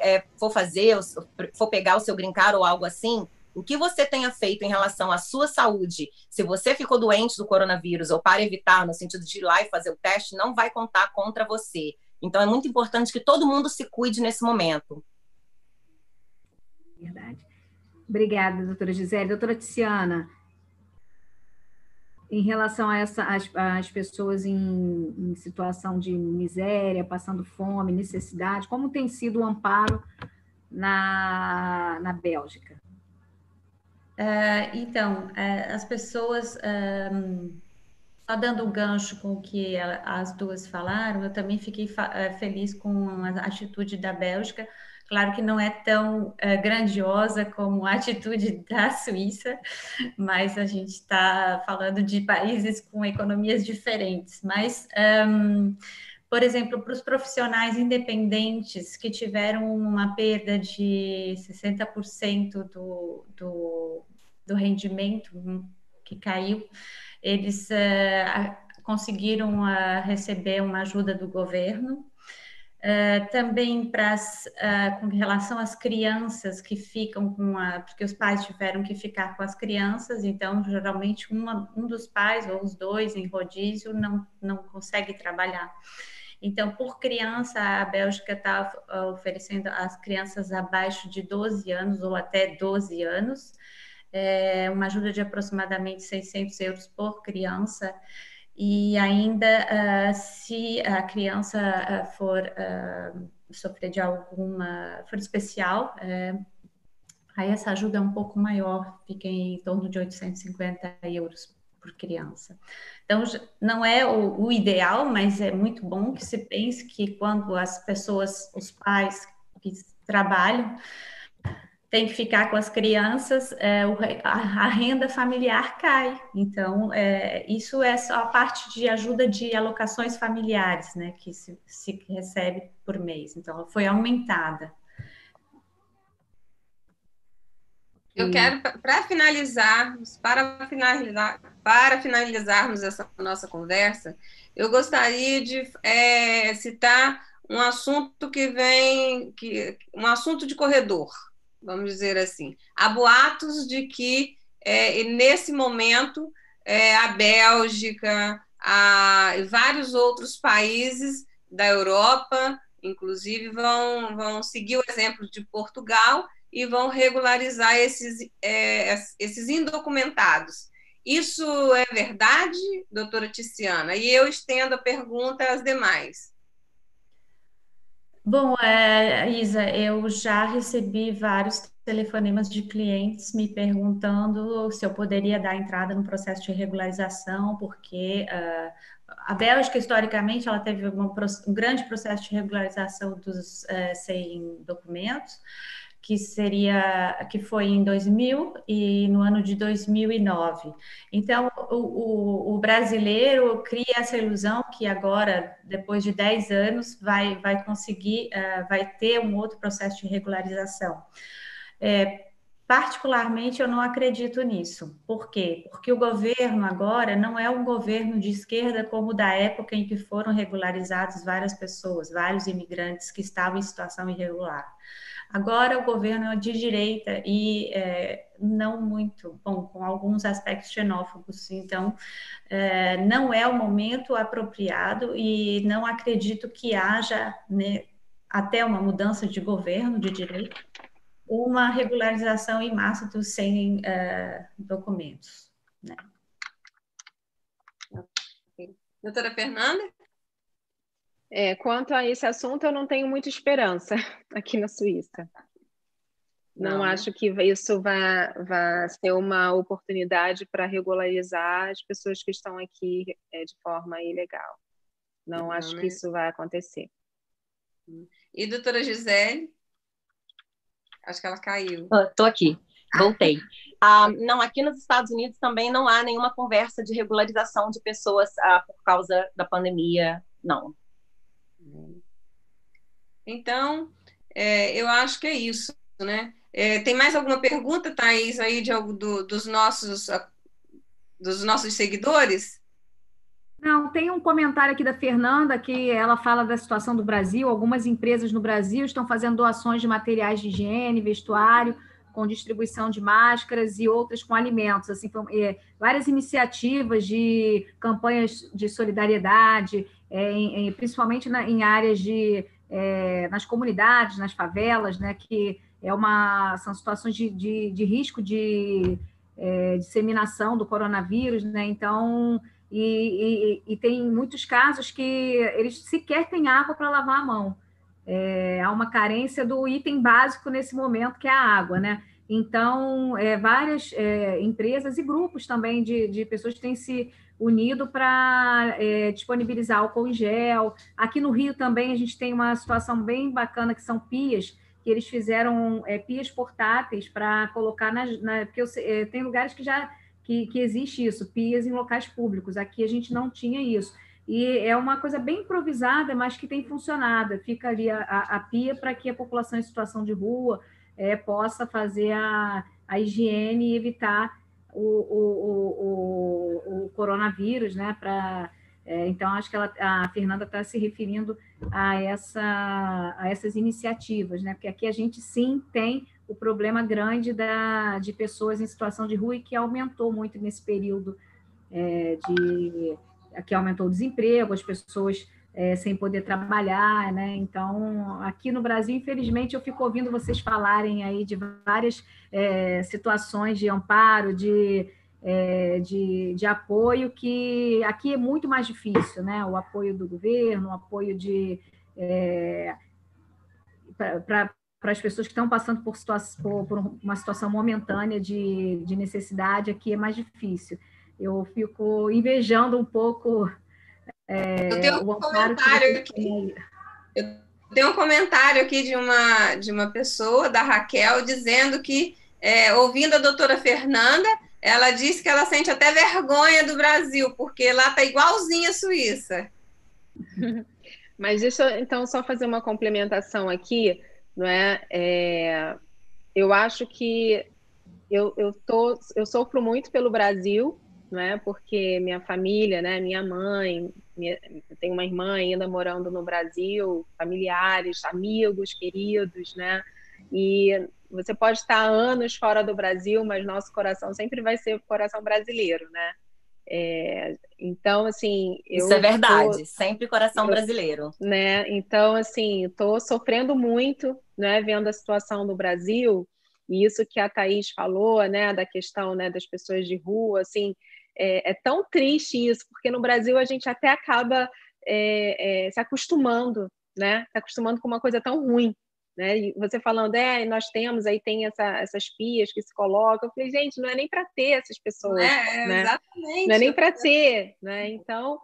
for pegar o seu green card ou algo assim, o que você tenha feito em relação à sua saúde, se você ficou doente do coronavírus ou para evitar, no sentido de ir lá e fazer o teste, não vai contar contra você. Então, é muito importante que todo mundo se cuide nesse momento. Verdade. Obrigada, doutora Gisele. Doutora Tiziana, em relação a as pessoas em situação de miséria, passando fome, necessidade, como tem sido o amparo na Bélgica? Então, as pessoas, só dando um gancho com o que as duas falaram, eu também fiquei feliz com a atitude da Bélgica, Claro que não é tão grandiosa como a atitude da Suíça, mas a gente está falando de países com economias diferentes. Mas, por exemplo, para os profissionais independentes que tiveram uma perda de 60% do rendimento que caiu, eles conseguiram receber uma ajuda do governo. Também com relação às crianças que ficam porque os pais tiveram que ficar com as crianças, então geralmente um dos pais ou os dois em rodízio não consegue trabalhar. Então, por criança, a Bélgica está oferecendo às crianças abaixo de 12 anos ou até 12 anos, uma ajuda de aproximadamente 600 euros por criança. E ainda, se a criança for sofrer de for especial, aí essa ajuda é um pouco maior, fica em torno de 850 euros por criança. Então, não é o ideal, mas é muito bom que se pense que quando as pessoas, os pais que trabalham, tem que ficar com as crianças, a renda familiar cai. Então, isso é só a parte de ajuda de alocações familiares, né, que se recebe por mês. Então, ela foi aumentada. Eu quero, para finalizarmos essa nossa conversa, eu gostaria de citar um assunto um assunto de corredor, vamos dizer assim. Há boatos de que, nesse momento, a Bélgica, e vários outros países da Europa, inclusive, vão seguir o exemplo de Portugal e vão regularizar esses indocumentados. Isso é verdade, doutora Tiziana? E eu estendo a pergunta às demais. Bom, Isa, eu já recebi vários telefonemas de clientes me perguntando se eu poderia dar entrada no processo de regularização, porque a Bélgica, historicamente, ela teve um grande processo de regularização dos sem documentos, que foi em 2000 e no ano de 2009. Então, o brasileiro cria essa ilusão que agora, depois de 10 anos, vai conseguir, vai ter um outro processo de regularização. Particularmente, eu não acredito nisso. Por quê? Porque o governo agora não é um governo de esquerda como da época em que foram regularizados várias pessoas, vários imigrantes que estavam em situação irregular. Agora o governo é de direita e não muito, bom, com alguns aspectos xenófobos, então não é o momento apropriado e não acredito que haja, né, até uma mudança de governo de direita, uma regularização em massa dos sem documentos. Né? Doutora Fernanda? Quanto a esse assunto, eu não tenho muita esperança aqui na Suíça. Não acho que isso vai ser uma oportunidade para regularizar as pessoas que estão aqui de forma ilegal. Não acho que isso vai acontecer. E doutora Gisele? Acho que ela caiu. Estou aqui, voltei. Não, aqui nos Estados Unidos também não há nenhuma conversa de regularização de pessoas por causa da pandemia, não. Então, eu acho que é isso, né? Tem mais alguma pergunta, Thaís, aí dos nossos seguidores? Não, tem um comentário aqui da Fernanda, que ela fala da situação do Brasil. Algumas empresas no Brasil estão fazendo doações de materiais de higiene, vestuário, com distribuição de máscaras e outras com alimentos. Assim, várias iniciativas de campanhas de solidariedade, principalmente em áreas nas comunidades, nas favelas, né, que são situações de risco de disseminação do coronavírus, né? Então, e tem muitos casos que eles sequer têm água para lavar a mão. Há uma carência do item básico nesse momento, que é a água, né? Então, várias empresas e grupos também de pessoas têm se unido para disponibilizar álcool em gel. Aqui no Rio também a gente tem uma situação bem bacana, que são pias que eles fizeram pias portáteis para colocar porque tem lugares que já que existe isso, pias em locais públicos. Aqui a gente não tinha isso. E é uma coisa bem improvisada, mas que tem funcionado. Fica ali a pia para que a população em situação de rua possa fazer a higiene e evitar o coronavírus, né? Então, acho que a Fernanda está se referindo a essas iniciativas, né? Porque aqui a gente, sim, tem o problema grande de pessoas em situação de rua e que aumentou muito nesse período que aumentou o desemprego, as pessoas sem poder trabalhar, né? Então, aqui no Brasil, infelizmente, eu fico ouvindo vocês falarem aí de várias situações de amparo, de apoio, que aqui é muito mais difícil, né? O apoio do governo, o apoio para as pessoas que estão passando por uma situação momentânea de necessidade, aqui é mais difícil. Eu fico invejando um pouco eu tenho um comentário aqui. Eu tenho um comentário aqui de uma pessoa, da Raquel, dizendo que, ouvindo a doutora Fernanda, ela disse que ela sente até vergonha do Brasil, porque lá está igualzinha a Suíça. Mas deixa eu, então, só fazer uma complementação aqui, não é? Eu acho que eu sofro muito pelo Brasil, não é? Porque minha família, né? Minha mãe, eu tenho uma irmã ainda morando no Brasil, familiares, amigos, queridos, né? E você pode estar anos fora do Brasil, mas nosso coração sempre vai ser o coração brasileiro, né? Então, assim... Isso é verdade, sempre coração brasileiro. Né? Então, assim, estou sofrendo muito, né, vendo a situação no Brasil, e isso que a Thaís falou, né, da questão, né, das pessoas de rua, assim, é tão triste isso, porque no Brasil a gente até acaba se acostumando, né? Se acostumando com uma coisa tão ruim, né? E você falando, nós temos, aí tem essas pias que se colocam. Eu falei, gente, não é nem para ter essas pessoas, né? Exatamente. Não é nem para ter, né? Então,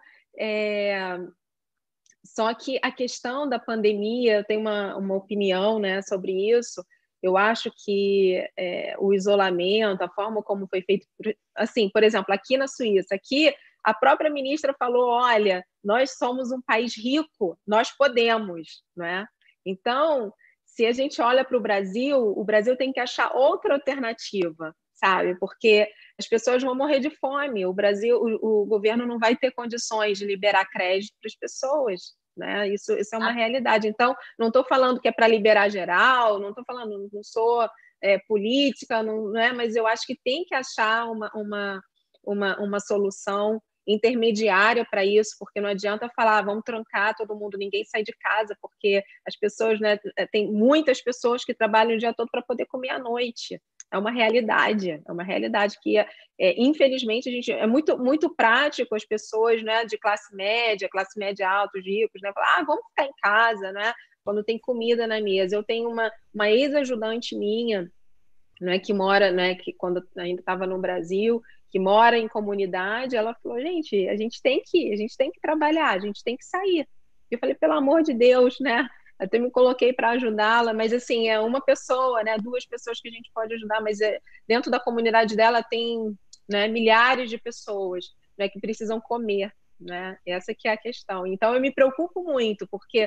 só que a questão da pandemia, eu tenho uma opinião, né, sobre isso. Eu acho que o isolamento, a forma como foi feito, assim, por exemplo, aqui na Suíça, aqui a própria ministra falou, olha, nós somos um país rico, nós podemos, não é? Então, se a gente olha para o Brasil tem que achar outra alternativa, sabe? Porque as pessoas vão morrer de fome, o governo não vai ter condições de liberar crédito para as pessoas, né? Isso é uma realidade. Então, não estou falando que é para liberar geral, não estou falando, não sou política, não é? Mas eu acho que tem que achar uma solução intermediária para isso, porque não adianta falar, vamos trancar todo mundo, ninguém sai de casa, porque as pessoas, né, tem muitas pessoas que trabalham o dia todo para poder comer à noite. É uma realidade que, infelizmente, a gente é muito, muito prático as pessoas, né, de classe média alta, os ricos, né, falar, vamos ficar em casa, né, quando tem comida na mesa. Eu tenho uma ex-ajudante minha, né, que mora, né, que quando ainda estava no Brasil, que mora em comunidade, ela falou, gente, a gente tem que trabalhar, a gente tem que sair. Eu falei, pelo amor de Deus, né? Até me coloquei para ajudá-la, mas assim, é uma pessoa, né? 2 pessoas que a gente pode ajudar, mas dentro da comunidade dela tem, né, milhares de pessoas, né, que precisam comer, né? Essa que é a questão. Então, eu me preocupo muito, porque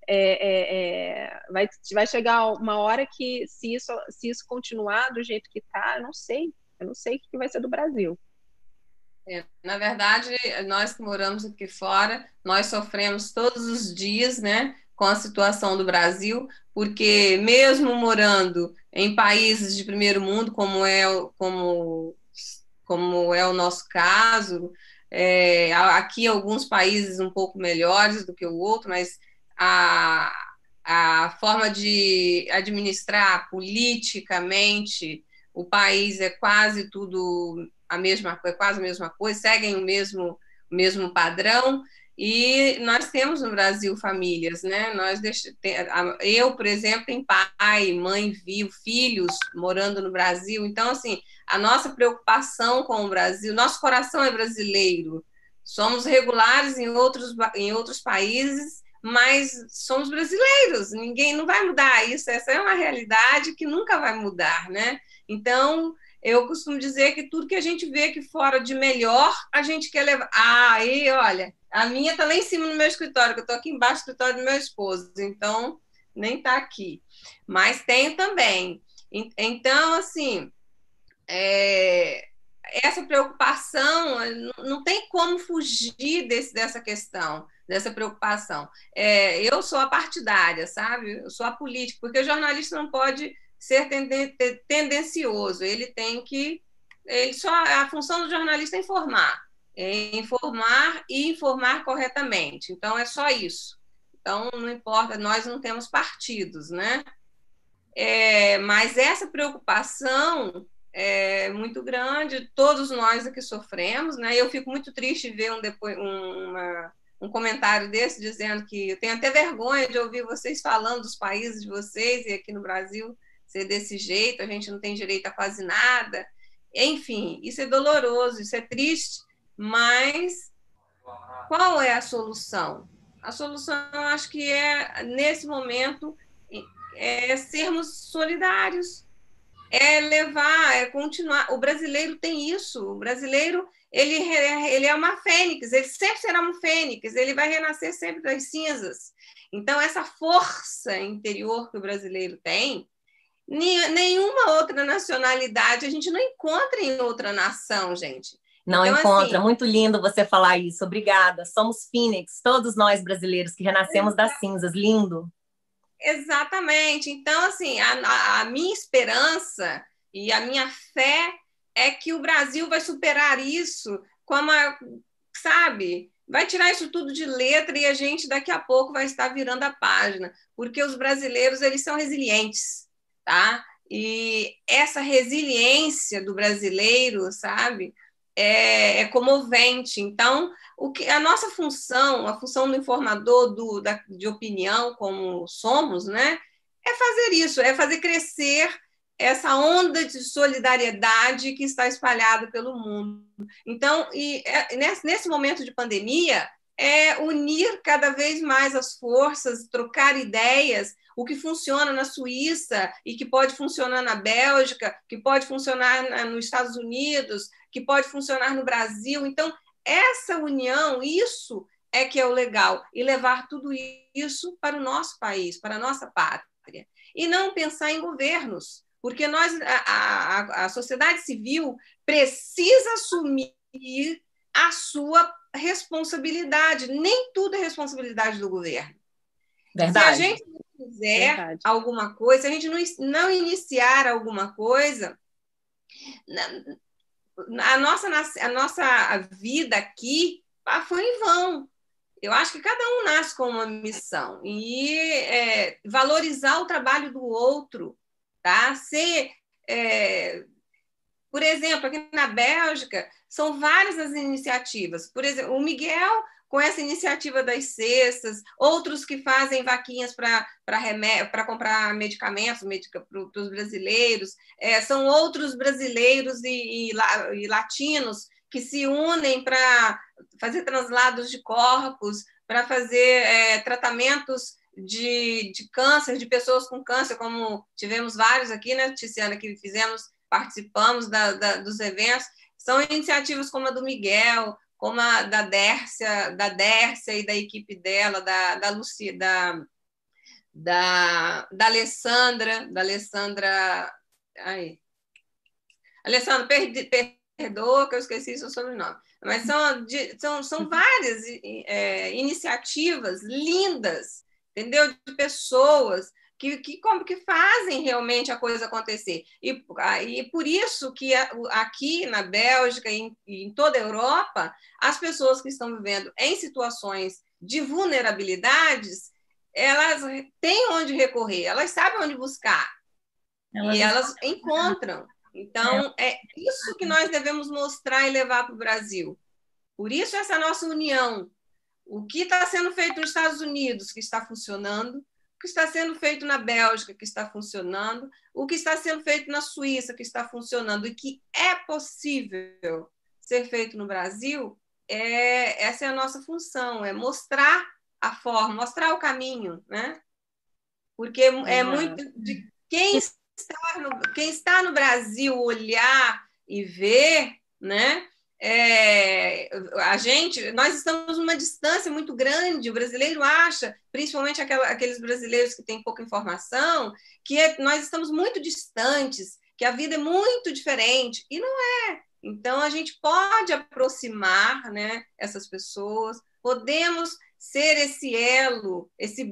vai chegar uma hora que, se isso continuar do jeito que está, eu não sei o que vai ser do Brasil. Na verdade, nós que moramos aqui fora, nós sofremos todos os dias, né, com a situação do Brasil, porque mesmo morando em países de primeiro mundo, como é o nosso caso, aqui alguns países um pouco melhores do que o outro, mas a forma de administrar politicamente o país é quase tudo quase a mesma coisa, seguem o mesmo padrão, e nós temos no Brasil famílias, né? Eu, por exemplo, tenho pai, mãe vivo, filhos morando no Brasil, então, assim, a nossa preocupação com o Brasil, nosso coração é brasileiro, somos regulares em outros países, mas somos brasileiros, ninguém não vai mudar isso, essa é uma realidade que nunca vai mudar, né? Então, eu costumo dizer que tudo que a gente vê aqui fora de melhor, a gente quer levar. Aí, olha, a minha está lá em cima no meu escritório, que eu estou aqui embaixo do escritório do meu esposo, então nem está aqui. Mas tenho também. Então, assim, essa preocupação, não tem como fugir dessa questão, dessa preocupação. Eu sou a partidária, sabe? Eu sou a política, porque o jornalista não pode ser tendencioso, ele tem que... a função do jornalista é informar e informar corretamente. Então, é só isso. Então, não importa, nós não temos partidos, né? Mas essa preocupação é muito grande, todos nós aqui sofremos, né? Eu fico muito triste de ver um comentário desse dizendo que eu tenho até vergonha de ouvir vocês falando dos países de vocês e aqui no Brasil ser desse jeito, a gente não tem direito a quase nada. Enfim, isso é doloroso, isso é triste, mas qual é a solução? A solução, eu acho que nesse momento, sermos solidários, levar, continuar. O brasileiro tem isso, o brasileiro ele é uma fênix, ele sempre será um fênix, ele vai renascer sempre das cinzas. Então, essa força interior que o brasileiro tem, nenhuma outra nacionalidade a gente não encontra em outra nação, gente. Não então, encontra. Assim, muito lindo você falar isso. Obrigada. Somos fênix, todos nós brasileiros que renascemos das cinzas. Lindo. Exatamente. Então, assim, a minha esperança e a minha fé é que o Brasil vai superar isso, sabe? Vai tirar isso tudo de letra e a gente daqui a pouco vai estar virando a página, porque os brasileiros, eles são resilientes, tá? E essa resiliência do brasileiro, sabe? É comovente. Então, a nossa função, a função do informador de opinião, como somos, né, é fazer isso, é fazer crescer essa onda de solidariedade que está espalhada pelo mundo. Então, nesse momento de pandemia, unir cada vez mais as forças, trocar ideias, o que funciona na Suíça e que pode funcionar na Bélgica, que pode funcionar nos Estados Unidos, que pode funcionar no Brasil. Então, essa união, isso é que é o legal, e levar tudo isso para o nosso país, para a nossa pátria. E não pensar em governos, porque a sociedade civil precisa assumir a sua responsabilidade. Nem tudo é responsabilidade do governo. Verdade. Se a gente não fizer alguma coisa, se a gente não iniciar alguma coisa, a nossa vida aqui foi em vão. Eu acho que cada um nasce com uma missão e valorizar o trabalho do outro, tá? Por exemplo, aqui na Bélgica, são várias as iniciativas. Por exemplo, o Miguel, com essa iniciativa das cestas, outros que fazem vaquinhas para comprar medicamentos para os brasileiros, são outros brasileiros e latinos que se unem para fazer translados de corpos, para fazer tratamentos de câncer, de pessoas com câncer, como tivemos vários aqui, né, Tiziana, que participamos dos eventos. São iniciativas como a do Miguel, como a da Dércia e da equipe dela, da Lucia, da Alessandra, Alessandra, perdoa que eu esqueci seu sobrenome, mas são várias iniciativas lindas, entendeu? De pessoas que fazem realmente a coisa acontecer. E por isso que aqui na Bélgica e em toda a Europa, as pessoas que estão vivendo em situações de vulnerabilidades, elas têm onde recorrer, elas sabem onde buscar, e elas encontram. Então, é isso que nós devemos mostrar e levar para o Brasil. Por isso, essa nossa união. O que está sendo feito nos Estados Unidos, que está funcionando, o que está sendo feito na Bélgica, que está funcionando, o que está sendo feito na Suíça, que está funcionando, e que é possível ser feito no Brasil, essa é a nossa função, é mostrar a forma, mostrar o caminho, né? Porque é muito de quem está no Brasil olhar e ver, né? Nós estamos numa distância muito grande. O brasileiro acha, principalmente aqueles brasileiros que têm pouca informação, que nós estamos muito distantes, que a vida é muito diferente, e não é. Então, a gente pode aproximar, né, essas pessoas, podemos ser esse elo,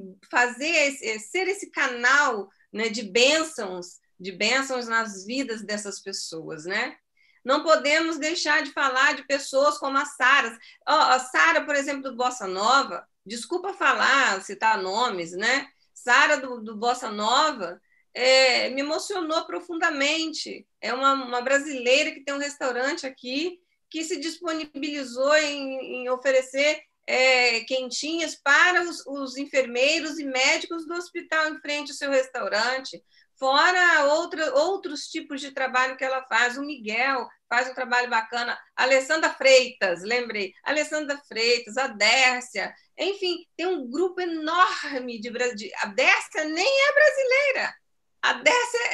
ser esse canal, né, de bênçãos nas vidas dessas pessoas, né? Não podemos deixar de falar de pessoas como a Sara. A Sara, por exemplo, do Bossa Nova, desculpa citar nomes, né? Sara do Bossa Nova me emocionou profundamente. É uma brasileira que tem um restaurante aqui que se disponibilizou em oferecer quentinhas para os enfermeiros e médicos do hospital em frente ao seu restaurante. Fora outros tipos de trabalho que ela faz. O Miguel faz um trabalho bacana. A Alessandra Freitas, lembrei. A Alessandra Freitas, a Dércia. Enfim, tem um grupo enorme de brasileiros. A Dércia nem é brasileira. A Dércia,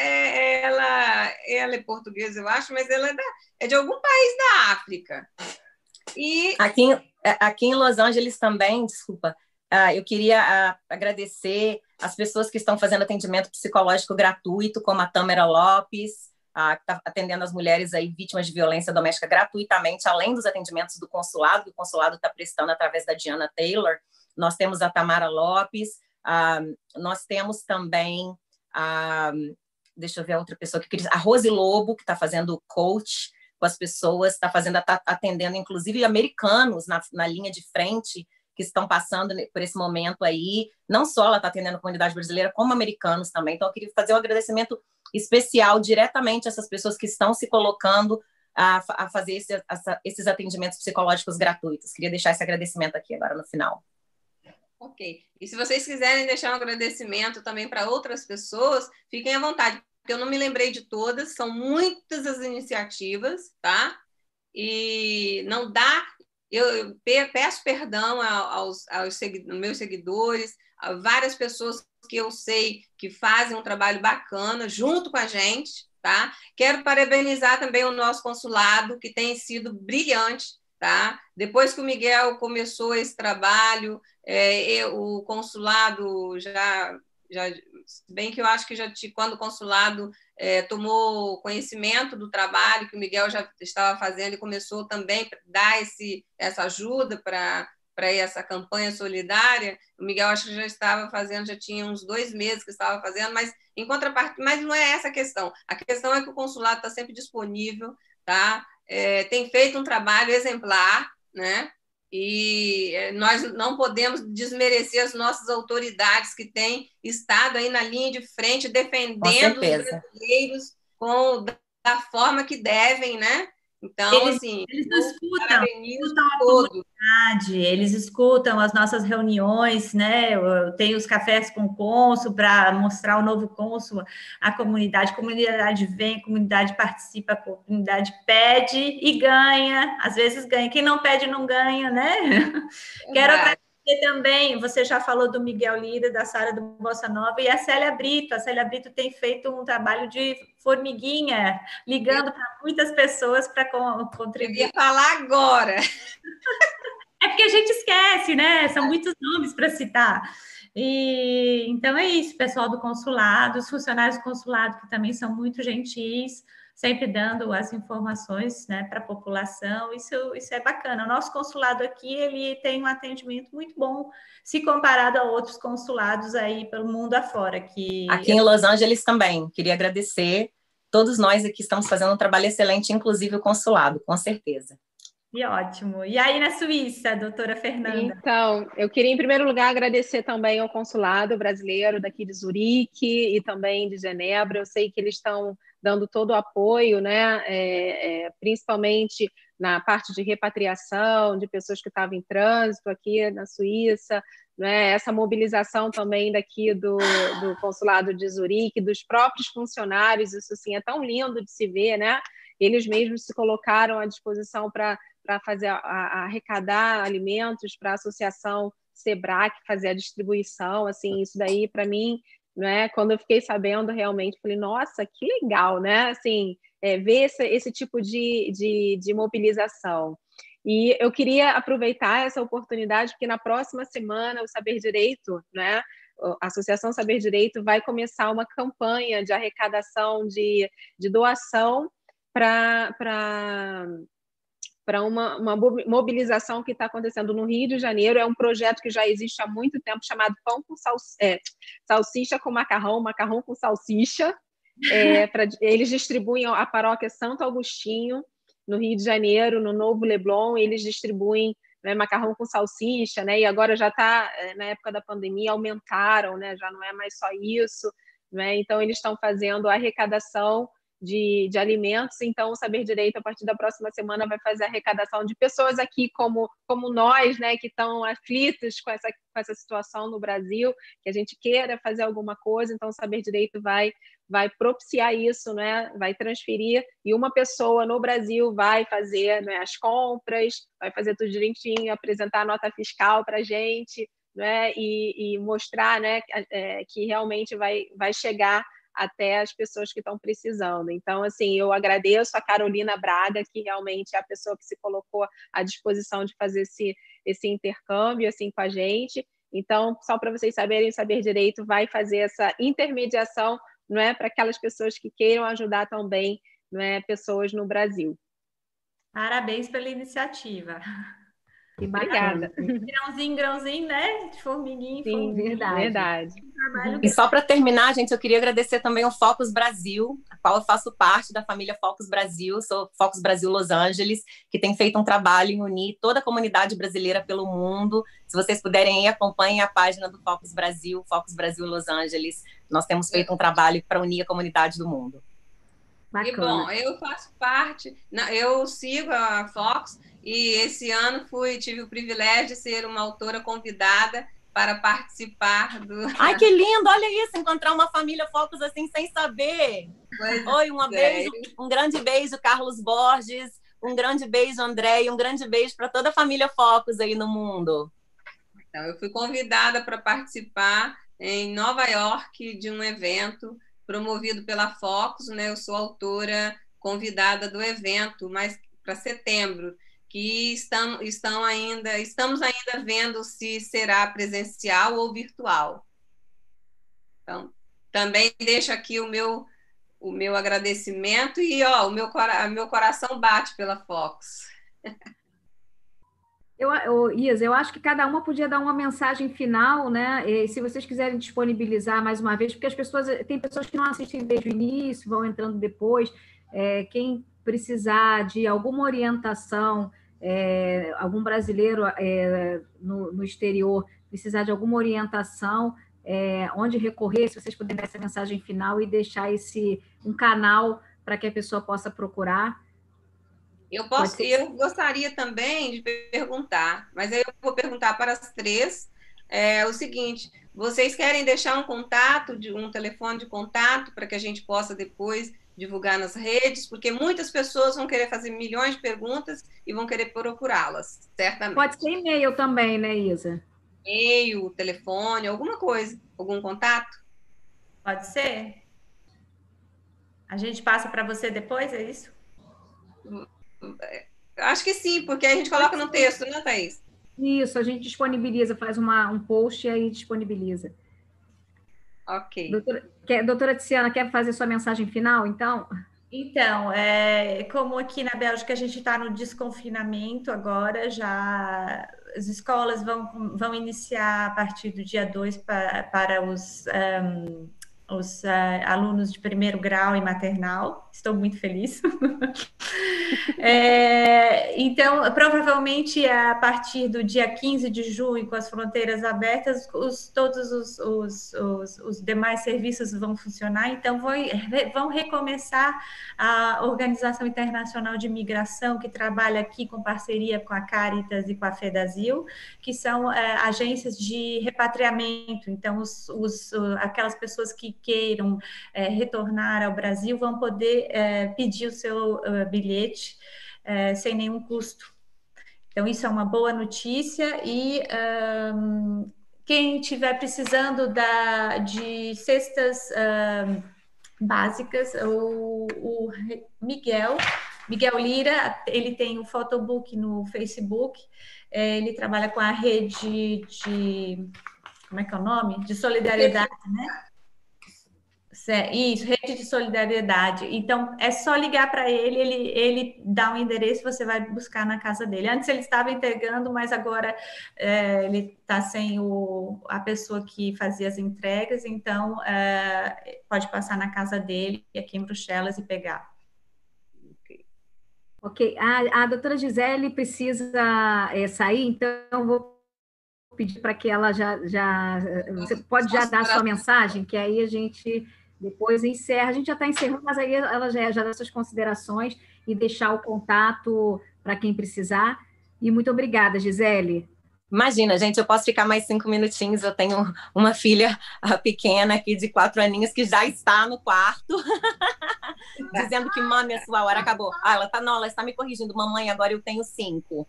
ela é portuguesa, eu acho, mas ela é de algum país da África. E aqui em Los Angeles também, desculpa, eu queria agradecer as pessoas que estão fazendo atendimento psicológico gratuito, como a Tâmara Lopes, que está atendendo as mulheres aí vítimas de violência doméstica gratuitamente, além dos atendimentos do consulado, que o consulado está prestando através da Diana Taylor. Nós temos a Tamara Lopes, nós temos também deixa eu ver a outra pessoa que queria, a Rose Lobo, que está fazendo coach com as pessoas, está atendendo inclusive americanos na linha de frente, que estão passando por esse momento aí. Não só ela está atendendo a comunidade brasileira, como americanos também. Então, eu queria fazer um agradecimento especial diretamente a essas pessoas que estão se colocando a fazer esses atendimentos psicológicos gratuitos. Queria deixar esse agradecimento aqui agora no final. Ok. E se vocês quiserem deixar um agradecimento também para outras pessoas, fiquem à vontade, porque eu não me lembrei de todas, são muitas as iniciativas, tá? E não dá... Eu peço perdão aos meus seguidores, a várias pessoas que eu sei que fazem um trabalho bacana junto com a gente, tá? Quero parabenizar também o nosso consulado, que tem sido brilhante, tá? Depois que o Miguel começou esse trabalho, o consulado já bem que eu acho que quando o consulado tomou conhecimento do trabalho que o Miguel já estava fazendo e começou também a dar essa ajuda para essa campanha solidária, o Miguel acho que já estava fazendo, já tinha uns 2 meses que estava fazendo, mas em contrapartida, mas não é essa a questão. A questão é que o consulado está sempre disponível, tá? Tem feito um trabalho exemplar, né? E nós não podemos desmerecer as nossas autoridades que têm estado aí na linha de frente defendendo os brasileiros da forma que devem, né? Então, eles escutam a comunidade, eles escutam as nossas reuniões, né? Tem os cafés com o cônsul para mostrar o novo cônsul, a comunidade vem, a comunidade participa, a comunidade pede e ganha, às vezes ganha, quem não pede não ganha, né? Quero agradecer também, você já falou do Miguel Lira, da Sara do Bossa Nova, e a Célia Brito tem feito um trabalho de formiguinha, ligando para muitas pessoas para contribuir. Eu ia falar agora. É porque a gente esquece, né? São muitos nomes para citar. E então é isso, pessoal do consulado, os funcionários do consulado, que também são muito gentis, sempre dando as informações, né, para a população. Isso é bacana. O nosso consulado aqui, ele tem um atendimento muito bom, se comparado a outros consulados aí pelo mundo afora. Aqui em Los Angeles também. Queria agradecer. Todos nós aqui estamos fazendo um trabalho excelente, inclusive o consulado, com certeza. E ótimo. E aí na Suíça, doutora Fernanda? Então, eu queria, em primeiro lugar, agradecer também ao consulado brasileiro daqui de Zurique e também de Genebra. Eu sei que eles estão dando todo o apoio, né? Principalmente na parte de repatriação de pessoas que estavam em trânsito aqui na Suíça, né? Essa mobilização também daqui do consulado de Zurique, dos próprios funcionários, isso assim, é tão lindo de se ver, né? Eles mesmos se colocaram à disposição para fazer arrecadar alimentos para a Associação Sebrae fazer a distribuição, assim, isso daí para mim, né, quando eu fiquei sabendo realmente, falei, nossa, que legal, né, assim, ver esse tipo de mobilização. E eu queria aproveitar essa oportunidade, porque na próxima semana o Saber Direito, né, a Associação Saber Direito vai começar uma campanha de arrecadação de doação para uma mobilização que está acontecendo no Rio de Janeiro. É um projeto que já existe há muito tempo, chamado Pão com Salsicha com Macarrão, Macarrão com Salsicha. Eles distribuem a paróquia Santo Agostinho, no Rio de Janeiro, no Novo Leblon. Eles distribuem, né, macarrão com salsicha, né, e agora já está, na época da pandemia, aumentaram, né, já não é mais só isso, né, então eles estão fazendo a arrecadação de alimentos. Então o Saber Direito, a partir da próxima semana, vai fazer a arrecadação de pessoas aqui como nós, né, que estão aflitos com essa situação no Brasil, que a gente queira fazer alguma coisa. Então o Saber Direito vai propiciar isso, né, vai transferir, e uma pessoa no Brasil vai fazer, né, as compras, vai fazer tudo direitinho, apresentar a nota fiscal para a gente, né, e mostrar, né, que realmente vai chegar até as pessoas que estão precisando. Então, assim, eu agradeço a Carolina Braga, que realmente é a pessoa que se colocou à disposição de fazer esse intercâmbio, assim, com a gente. Então, só para vocês saberem, o Saber Direito vai fazer essa intermediação, não é, para aquelas pessoas que queiram ajudar também, não é, pessoas no Brasil. Parabéns pela iniciativa. Que bacana. Grãozinho, né? De formiguinha em formiguinha. Verdade. E só para terminar, gente, eu queria agradecer também ao Focus Brasil, a qual eu faço parte da família Focus Brasil, sou Focus Brasil Los Angeles, que tem feito um trabalho em unir toda a comunidade brasileira pelo mundo. Se vocês puderem ir, acompanhem a página do Focus Brasil Los Angeles. Nós temos feito um trabalho para unir a comunidade do mundo. E bom, eu faço parte, eu sigo a Fox, e esse ano tive o privilégio de ser uma autora convidada para participar do... Ai, que lindo! Olha isso, encontrar uma família Focus assim, sem saber. Oi, beijo, um grande beijo, Carlos Borges, um grande beijo, André, e um grande beijo para toda a família Focus aí no mundo. Então, eu fui convidada para participar em Nova York de um evento promovido pela Focus, né? Eu sou autora convidada do evento, mas para setembro, que estamos ainda vendo se será presencial ou virtual. Então, também deixo aqui o meu agradecimento e o meu coração bate pela Focus. Isa, eu acho que cada uma podia dar uma mensagem final, né? E se vocês quiserem disponibilizar mais uma vez, porque tem pessoas que não assistem desde o início, vão entrando depois. Quem precisar de alguma orientação, algum brasileiro no exterior precisar de alguma orientação, onde recorrer, se vocês puderem dar essa mensagem final e deixar um canal para que a pessoa possa procurar. Eu gostaria também de perguntar, mas eu vou perguntar para as três o seguinte: vocês querem deixar um telefone de contato para que a gente possa depois divulgar nas redes? Porque muitas pessoas vão querer fazer milhões de perguntas e vão querer procurá-las, certamente. Pode ser e-mail também, né, Isa? E-mail, telefone, alguma coisa, algum contato? Pode ser? A gente passa para você depois, é isso? Acho que sim, porque a gente coloca no texto, né, Thaís? Isso, a gente disponibiliza, faz um post e aí disponibiliza. Ok. Doutora Tiziana, quer fazer sua mensagem final, então? Então, como aqui na Bélgica a gente está no desconfinamento agora, já as escolas vão iniciar a partir do dia 2 para os alunos de primeiro grau e maternal. Estou muito feliz. Então, provavelmente, a partir do dia 15 de junho, com as fronteiras abertas, todos os demais serviços vão funcionar. Então, vão recomeçar a Organização Internacional de Migração, que trabalha aqui com parceria com a Caritas e com a FEDASIL, que são agências de repatriamento. Então, aquelas pessoas que queiram retornar ao Brasil vão poder pedir o seu bilhete sem nenhum custo. Então, isso é uma boa notícia. E quem estiver precisando de cestas básicas, o Miguel Lira, ele tem um photobook no Facebook, ele trabalha com a rede de... Como é que é o nome? De solidariedade, né? Isso, rede de solidariedade. Então, é só ligar para ele dá um endereço, você vai buscar na casa dele. Antes ele estava entregando, mas agora ele está sem a pessoa que fazia as entregas, então pode passar na casa dele, aqui em Bruxelas, e pegar. Ok. A doutora Gisele precisa sair, então eu vou pedir para que ela você pode já dar sua mensagem, que aí a gente depois encerra. A gente já está encerrando, mas aí ela já dá suas considerações e deixar o contato para quem precisar. E muito obrigada, Gisele. Imagina, gente, eu posso ficar mais 5 minutinhos. Eu tenho uma filha pequena aqui de 4 aninhos que já está no quarto, dizendo que, mãe, a sua hora acabou. Ela está me corrigindo, mamãe, agora eu tenho 5.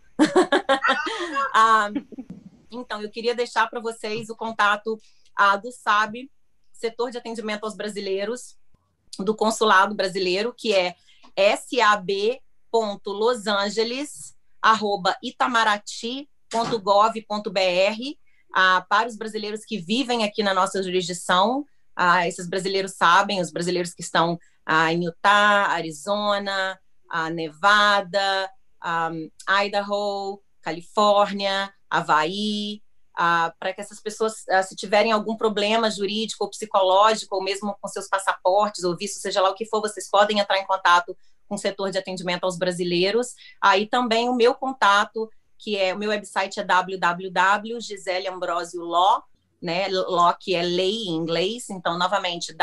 Então, eu queria deixar para vocês o contato do SAB, Setor de Atendimento aos Brasileiros, do Consulado Brasileiro, que é sab.losangeles@itamaraty.gov.br, para os brasileiros que vivem aqui na nossa jurisdição. Esses brasileiros sabem, os brasileiros que estão em Utah, Arizona, Nevada, Idaho, Califórnia, Havaí, para que essas pessoas, se tiverem algum problema jurídico ou psicológico, ou mesmo com seus passaportes ou visto, seja lá o que for, vocês podem entrar em contato com o setor de atendimento aos brasileiros. Aí também o meu contato, que o meu website é www.giseleambrosiolaw, né? Law, que é lei em inglês. Então, novamente,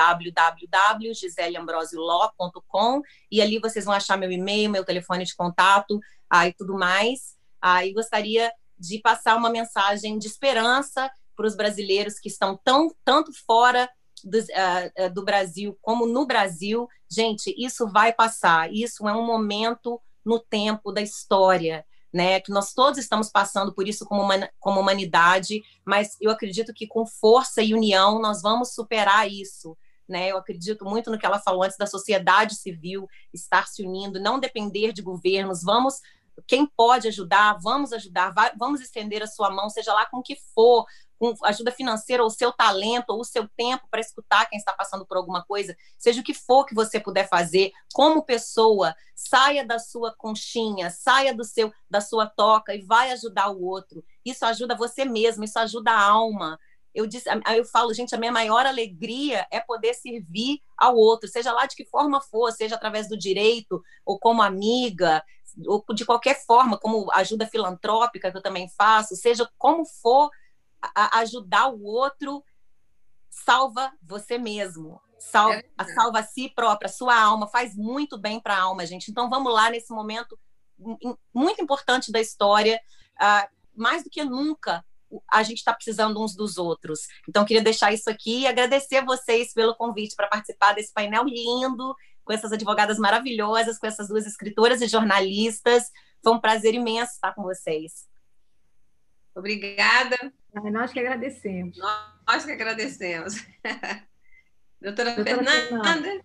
www.giseleambrosiolaw.com, e ali vocês vão achar meu e-mail, meu telefone de contato e tudo mais. E gostaria de passar uma mensagem de esperança para os brasileiros que estão tanto fora do Brasil como no Brasil. Gente, isso vai passar. Isso é um momento no tempo da história, né? Que nós todos estamos passando por isso como humanidade, mas eu acredito que com força e união nós vamos superar isso, né? Eu acredito muito no que ela falou antes da sociedade civil estar se unindo, não depender de governos. Quem pode ajudar, vamos ajudar, vamos estender a sua mão, seja lá com o que for, com ajuda financeira, ou o seu talento, ou o seu tempo para escutar quem está passando por alguma coisa, seja o que for que você puder fazer, como pessoa, saia da sua conchinha, saia da sua toca e vai ajudar o outro. Isso ajuda você mesmo, isso ajuda a alma. Eu falo, gente, a minha maior alegria é poder servir ao outro, seja lá de que forma for, seja através do direito, ou como amiga, ou de qualquer forma, como ajuda filantrópica, que eu também faço, seja como for, ajudar o outro salva você mesmo, salva a si própria, a sua alma, faz muito bem para a alma, gente. Então vamos lá nesse momento muito importante da história, mais do que nunca a gente está precisando uns dos outros. Então queria deixar isso aqui e agradecer a vocês pelo convite para participar desse painel lindo, com essas advogadas maravilhosas, com essas 2 escritoras e jornalistas. Foi um prazer imenso estar com vocês. Obrigada. Nós que agradecemos. Nós que agradecemos. Doutora Fernanda?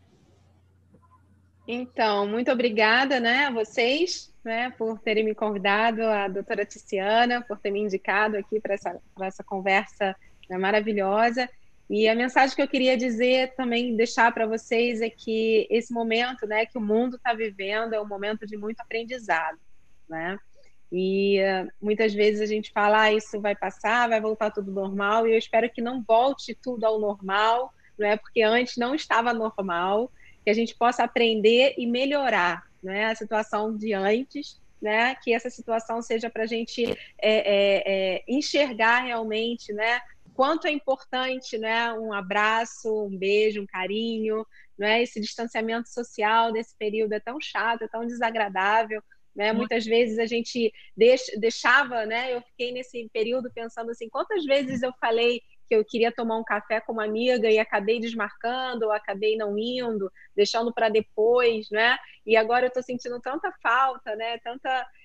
Então, muito obrigada, né, a vocês, né, por terem me convidado, a doutora Tiziana, por ter me indicado aqui para essa conversa, né, maravilhosa. E a mensagem que eu queria dizer também, deixar para vocês, é que esse momento, né, que o mundo está vivendo é um momento de muito aprendizado, né? E muitas vezes a gente fala, isso vai passar, vai voltar tudo normal, e eu espero que não volte tudo ao normal, né? Porque antes não estava normal, que a gente possa aprender e melhorar, né, a situação de antes, né? Que essa situação seja para a gente enxergar realmente, né, quanto é importante, né, um abraço, um beijo, um carinho, né? Esse distanciamento social nesse período é tão chato, é tão desagradável, né? Muitas vezes a gente deixava, né? Eu fiquei nesse período pensando assim, quantas vezes eu falei que eu queria tomar um café com uma amiga e acabei desmarcando, ou acabei não indo, deixando para depois, né? E agora eu estou sentindo tanta falta, né?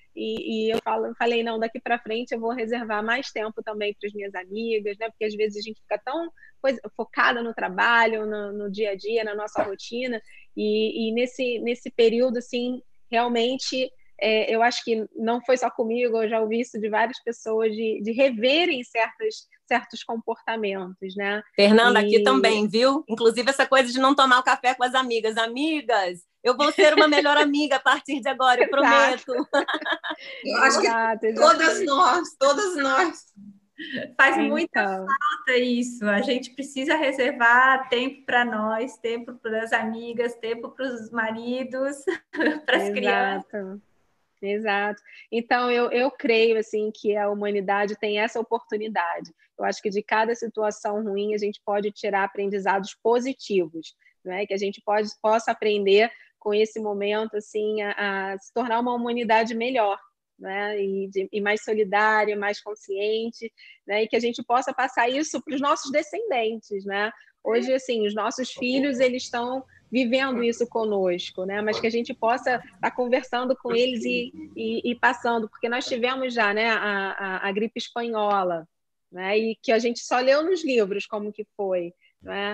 e eu falei, não, daqui para frente eu vou reservar mais tempo também para as minhas amigas, né? Porque às vezes a gente fica tão focada no trabalho, no dia a dia, na nossa rotina, e nesse período, assim, realmente, eu acho que não foi só comigo, eu já ouvi isso de várias pessoas, de reverem certos comportamentos, né? Fernanda, aqui também, viu? Inclusive essa coisa de não tomar o café com as amigas. Amigas, eu vou ser uma melhor amiga a partir de agora, eu prometo. Eu acho que todas nós. Faz muita falta isso. A gente precisa reservar tempo para nós, tempo para as amigas, tempo para os maridos, para as crianças. Exato. Então, eu creio assim que a humanidade tem essa oportunidade. Eu acho que de cada situação ruim a gente pode tirar aprendizados positivos, né? Que a gente possa aprender com esse momento assim a se tornar uma humanidade melhor, né? E mais solidária, mais consciente, né? E que a gente possa passar isso para os nossos descendentes, né? Hoje, assim, os nossos filhos, eles estão vivendo isso conosco, né? Mas que a gente possa estar conversando com eles e passando, porque nós tivemos já, né, a gripe espanhola, né? E que a gente só leu nos livros como que foi, né?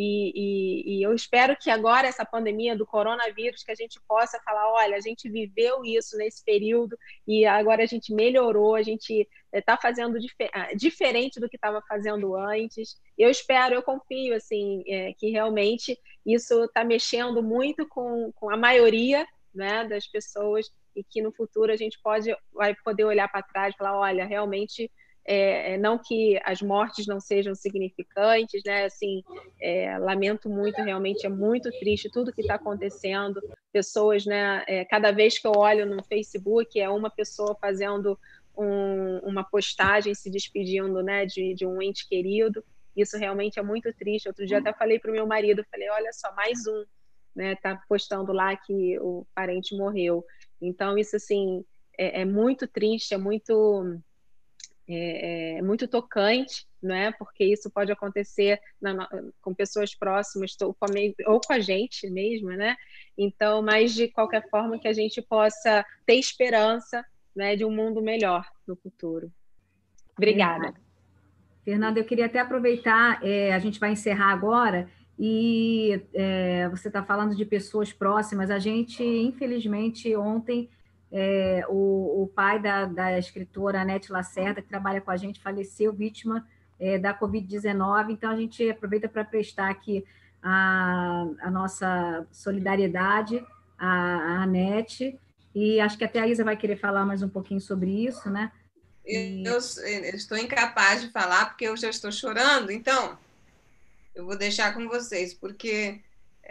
E eu espero que agora, essa pandemia do coronavírus, que a gente possa falar, olha, a gente viveu isso nesse período e agora a gente melhorou, a gente está fazendo diferente do que estava fazendo antes. Eu espero, eu confio, assim, que realmente isso está mexendo muito com a maioria, né, das pessoas e que no futuro a gente vai poder olhar para trás e falar, olha, realmente... não que as mortes não sejam significantes, né? Assim, lamento muito, realmente é muito triste tudo que está acontecendo. Pessoas, né? Cada vez que eu olho no Facebook, é uma pessoa fazendo uma postagem se despedindo, né? De um ente querido. Isso realmente é muito triste. Outro dia até falei para o meu marido, falei, olha só, mais um, né? Tá postando lá que o parente morreu. Então, isso, assim, é muito triste, é muito tocante, né? Porque isso pode acontecer com pessoas próximas ou com a gente mesmo, né? Então, mas de qualquer forma que a gente possa ter esperança, né, de um mundo melhor no futuro. Obrigada. Fernanda, eu queria até aproveitar, a gente vai encerrar agora, e você está falando de pessoas próximas. A gente, infelizmente, ontem... o pai da escritora Anete Lacerda, que trabalha com a gente, faleceu vítima da Covid-19, então a gente aproveita para prestar aqui a nossa solidariedade à Anete, e acho que até a Isa vai querer falar mais um pouquinho sobre isso, né? Eu estou incapaz de falar, porque eu já estou chorando, então eu vou deixar com vocês, porque...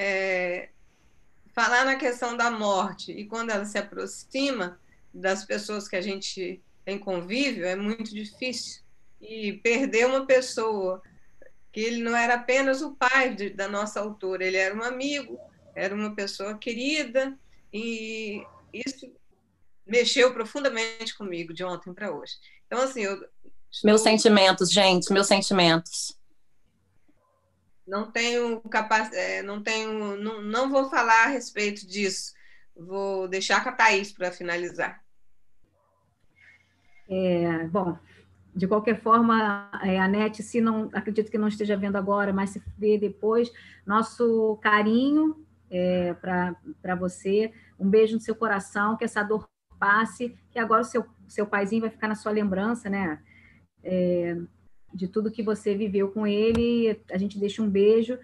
falar na questão da morte e quando ela se aproxima das pessoas que a gente tem convívio é muito difícil. E perder uma pessoa que ele não era apenas o pai da nossa autora, ele era um amigo, era uma pessoa querida, e isso mexeu profundamente comigo de ontem para hoje. Então, assim, Meus sentimentos, gente, meus sentimentos. Não tenho capacidade, não vou falar a respeito disso. Vou deixar com a Thaís para finalizar. Bom, de qualquer forma, a Nete, se não, acredito que não esteja vendo agora, mas se vê depois, nosso carinho para você, um beijo no seu coração, que essa dor passe, que agora o seu paizinho vai ficar na sua lembrança, né? De tudo que você viveu com ele, a gente deixa um beijo.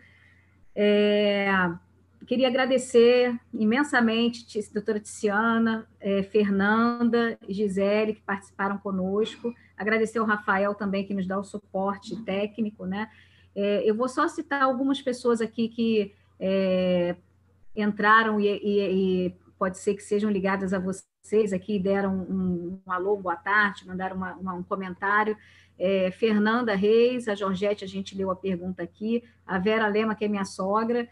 Queria agradecer imensamente a doutora Tiziana, Fernanda e Gisele, que participaram conosco. Agradecer ao Rafael também, que nos dá o suporte técnico, né? Eu vou só citar algumas pessoas aqui que entraram e pode ser que sejam ligadas a vocês aqui, deram um alô, boa tarde, mandaram um comentário. Fernanda Reis, a Georgette, a gente leu a pergunta aqui, a Vera Lema, que é minha sogra,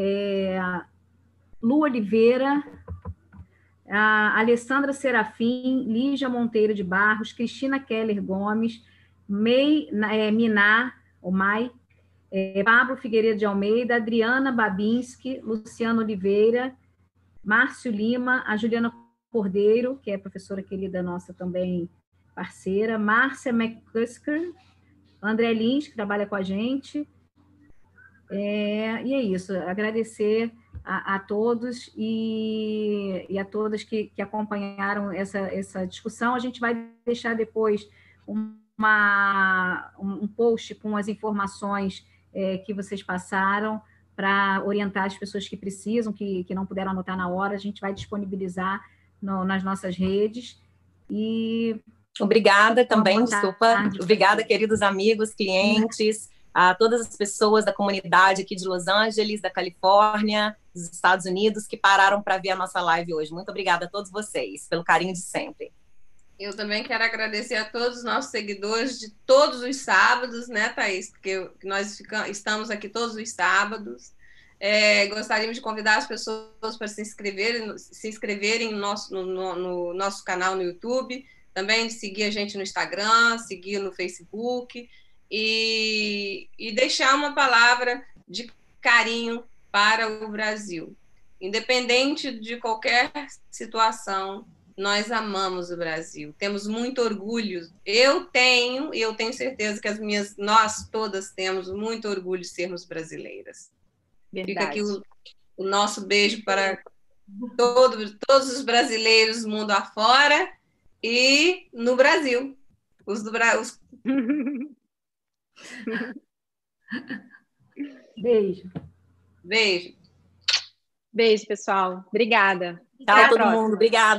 Lu Oliveira, a Alessandra Serafim, Lígia Monteiro de Barros, Cristina Keller Gomes, Miná, ou Mai, Pablo Figueiredo de Almeida, Adriana Babinski, Luciano Oliveira, Márcio Lima, a Juliana Cordeiro, que é professora querida nossa também, parceira, Márcia McCusker, André Lins, que trabalha com a gente. E é isso, agradecer a todos e a todas que acompanharam essa discussão. A gente vai deixar depois um post com as informações que vocês passaram para orientar as pessoas que precisam, que não puderam anotar na hora. A gente vai disponibilizar nas nossas redes. E obrigada também, desculpa. Obrigada, queridos amigos, clientes, a todas as pessoas da comunidade aqui de Los Angeles, da Califórnia, dos Estados Unidos, que pararam para ver a nossa live hoje. Muito obrigada a todos vocês, pelo carinho de sempre. Eu também quero agradecer a todos os nossos seguidores de todos os sábados, né, Thaís? Porque nós estamos aqui todos os sábados. Gostaríamos de convidar as pessoas para se inscreverem no nosso canal no YouTube, também seguir a gente no Instagram, seguir no Facebook e deixar uma palavra de carinho para o Brasil. Independente de qualquer situação, nós amamos o Brasil, temos muito orgulho. Eu tenho certeza que nós todas temos muito orgulho de sermos brasileiras. Verdade. Fica aqui o nosso beijo para todos os brasileiros mundo afora e no Brasil. Beijo. Beijo. Beijo, pessoal. Obrigada. Tchau, todo mundo. Obrigada.